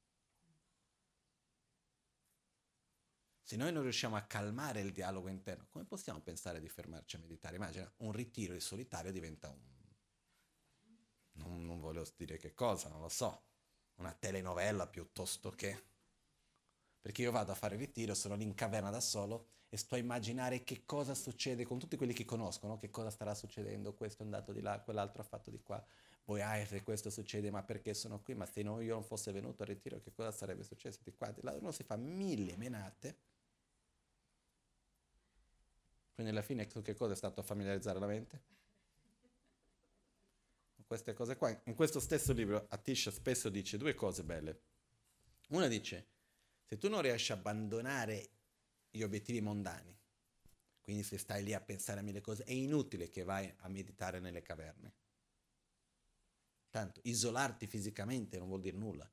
Se noi non riusciamo a calmare il dialogo interno, come possiamo pensare di fermarci a meditare? Immagina, un ritiro in solitario diventa un... Non, non voglio dire che cosa, non lo so, una telenovela piuttosto che... Perché io vado a fare il ritiro, sono lì in caverna da solo e sto a immaginare che cosa succede con tutti quelli che conoscono, che cosa starà succedendo, questo è andato di là, quell'altro ha fatto di qua, poi ah, se questo succede, ma perché sono qui, ma se no io non fosse venuto al ritiro, che cosa sarebbe successo di qua, di là, uno si fa mille menate. Quindi alla fine che cosa è stato a familiarizzare la mente? Queste cose qua. In questo stesso libro Atish spesso dice due cose belle. Una dice, se tu non riesci a abbandonare gli obiettivi mondani, quindi se stai lì a pensare a mille cose, è inutile che vai a meditare nelle caverne. Tanto isolarti fisicamente non vuol dire nulla.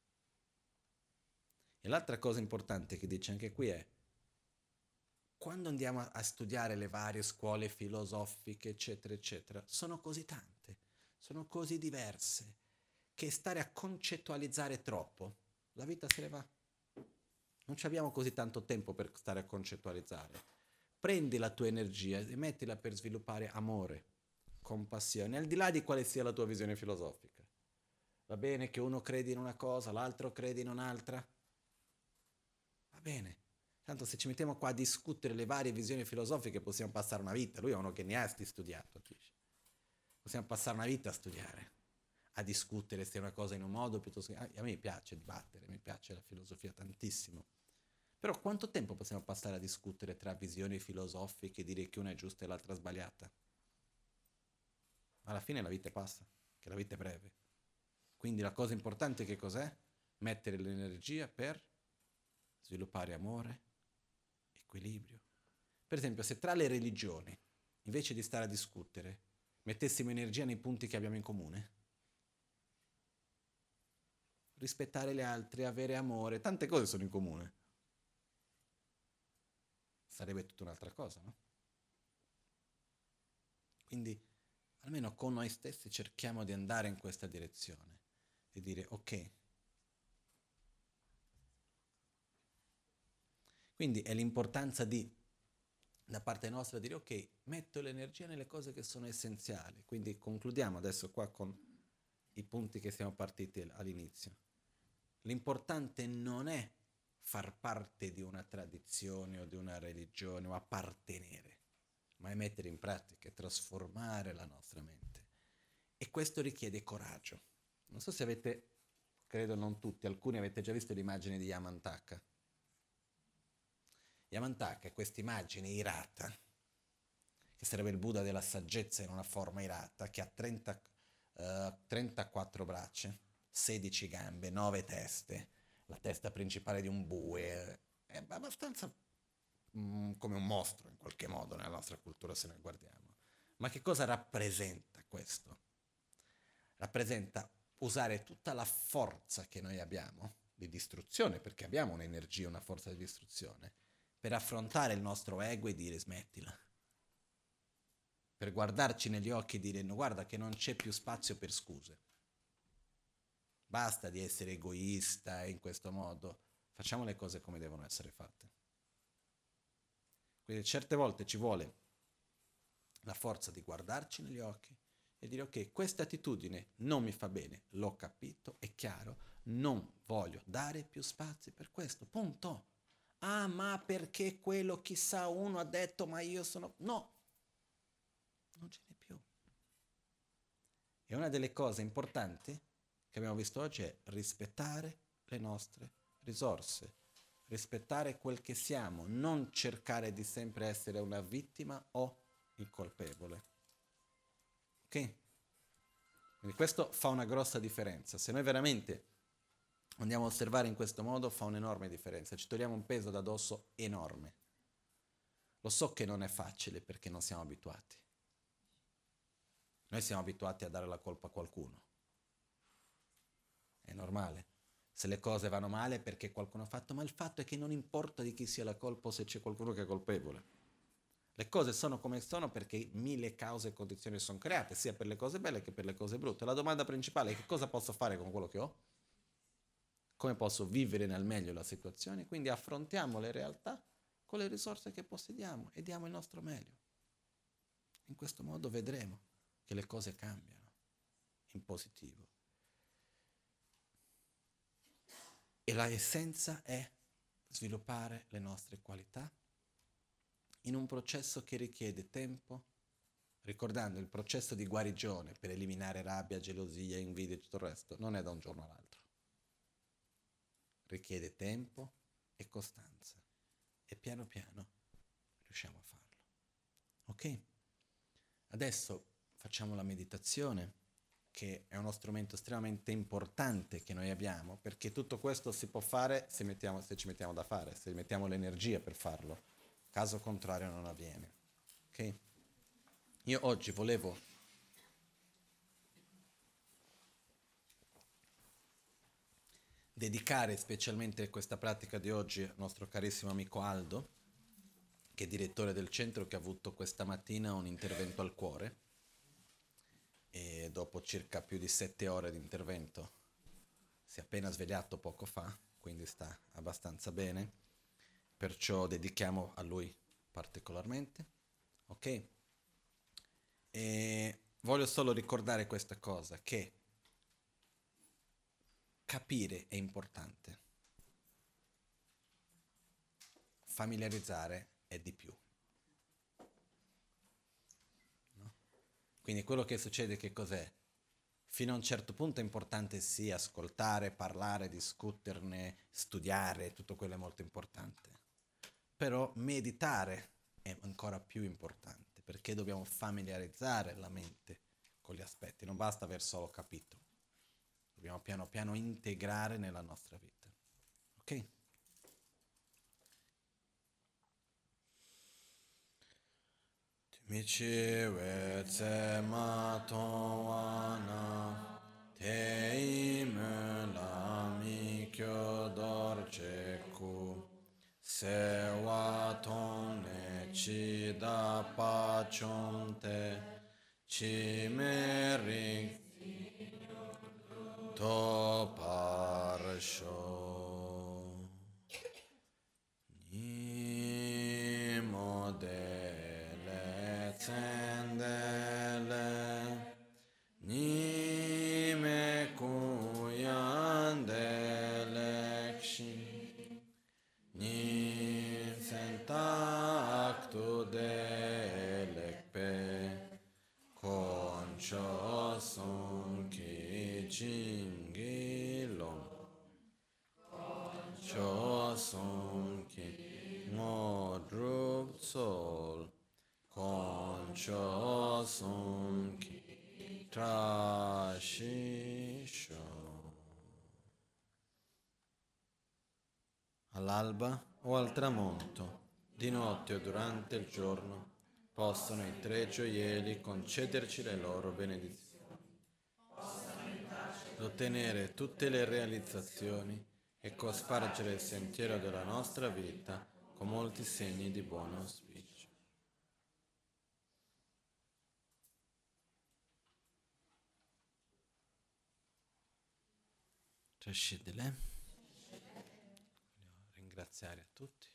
E l'altra cosa importante che dice anche qui è, quando andiamo a studiare le varie scuole filosofiche, eccetera, eccetera, sono così tante, sono così diverse, che stare a concettualizzare troppo, la vita se ne va. Non abbiamo così tanto tempo per stare a concettualizzare. Prendi la tua energia e mettila per sviluppare amore, compassione, al di là di quale sia la tua visione filosofica. Va bene che uno crede in una cosa, l'altro crede in un'altra? Va bene. Tanto se ci mettiamo qua a discutere le varie visioni filosofiche possiamo passare una vita. Lui è uno che ne ha studiato. Possiamo passare una vita a studiare, a discutere se è una cosa in un modo piuttosto che... A me piace dibattere, mi piace la filosofia tantissimo. Però quanto tempo possiamo passare a discutere tra visioni filosofiche e dire che una è giusta e l'altra sbagliata? Alla fine la vita passa, che la vita è breve. Quindi la cosa importante che cos'è? Mettere l'energia per sviluppare amore, equilibrio. Per esempio, se tra le religioni, invece di stare a discutere, mettessimo energia nei punti che abbiamo in comune, rispettare gli altri, avere amore, tante cose sono in comune. Sarebbe tutta un'altra cosa, no? Quindi, almeno con noi stessi cerchiamo di andare in questa direzione, di dire ok. Quindi è l'importanza di, da parte nostra, dire ok, metto l'energia nelle cose che sono essenziali. Quindi concludiamo adesso qua con i punti che siamo partiti all'inizio. L'importante non è far parte di una tradizione o di una religione o appartenere, ma è mettere in pratica, trasformare la nostra mente. E questo richiede coraggio. Non so se avete, credo non tutti, alcuni avete già visto l'immagine di Yamantaka. Yamantaka è questa immagine irata, che sarebbe il Buddha della saggezza in una forma irata, che ha trenta, uh, trentaquattro braccia, sedici gambe, nove teste, la testa principale di un bue, è abbastanza mm, come un mostro in qualche modo nella nostra cultura se ne guardiamo. Ma che cosa rappresenta questo? Rappresenta usare tutta la forza che noi abbiamo di distruzione, perché abbiamo un'energia, una forza di distruzione, per affrontare il nostro ego e dire smettila. Per guardarci negli occhi e dire no, guarda che non c'è più spazio per scuse. Basta di essere egoista in questo modo, facciamo le cose come devono essere fatte. Quindi certe volte ci vuole la forza di guardarci negli occhi e dire ok, questa attitudine non mi fa bene, l'ho capito, è chiaro, non voglio dare più spazio per questo, punto. Ah, ma perché quello chissà uno ha detto ma io sono... No, non ce n'è più. E una delle cose importanti che abbiamo visto oggi è rispettare le nostre risorse, rispettare quel che siamo, non cercare di sempre essere una vittima o il colpevole. Ok? Quindi questo fa una grossa differenza. Se noi veramente andiamo a osservare in questo modo, fa un'enorme differenza. Ci togliamo un peso da dosso enorme. Lo so che non è facile perché non siamo abituati. Noi siamo abituati a dare la colpa a qualcuno. È normale. Se le cose vanno male è perché qualcuno ha fatto, ma il fatto è che non importa di chi sia la colpa o se c'è qualcuno che è colpevole. Le cose sono come sono perché mille cause e condizioni sono create, sia per le cose belle che per le cose brutte. La domanda principale è che cosa posso fare con quello che ho? Come posso vivere nel meglio la situazione? Quindi affrontiamo le realtà con le risorse che possediamo e diamo il nostro meglio. In questo modo vedremo che le cose cambiano in positivo. E la essenza è sviluppare le nostre qualità in un processo che richiede tempo, ricordando il processo di guarigione per eliminare rabbia, gelosia, invidia e tutto il resto, non è da un giorno all'altro. Richiede tempo e costanza. E piano piano riusciamo a farlo. Ok? Adesso facciamo la meditazione, che è uno strumento estremamente importante che noi abbiamo, perché tutto questo si può fare se, mettiamo, se ci mettiamo da fare, se mettiamo l'energia per farlo. Caso contrario non avviene. Ok? Io oggi volevo dedicare specialmente questa pratica di oggi al nostro carissimo amico Aldo, che è direttore del centro, che ha avuto questa mattina un intervento al cuore e dopo circa più di sette ore di intervento si è appena svegliato poco fa, quindi sta abbastanza bene, perciò dedichiamo a lui particolarmente, ok? E voglio solo ricordare questa cosa, che capire è importante, familiarizzare è di più. No? Quindi quello che succede che cos'è? Fino a un certo punto è importante sì ascoltare, parlare, discuterne, studiare, tutto quello è molto importante. Però meditare è ancora più importante, perché dobbiamo familiarizzare la mente con gli aspetti, non basta aver solo capito. Dobbiamo piano piano integrare nella nostra vita. Ok? Michi we tse ma ton wa na te i me la mi kyo dor che ku se wa ton ne chi da pa chon te chi me ring to par sho ni mo de le tsendele ni me kuyan de le kshin ni sentak tu de lekpe concho son ki jingilom cho son ki ngo drup sol concho son ki trashisho. All'alba o al tramonto, di notte o durante il giorno, possono i tre gioielli concederci le loro benedizioni, ottenere tutte le realizzazioni e cospargere il sentiero della nostra vita con molti segni di buon auspicio. Trascendile. Voglio ringraziare a tutti.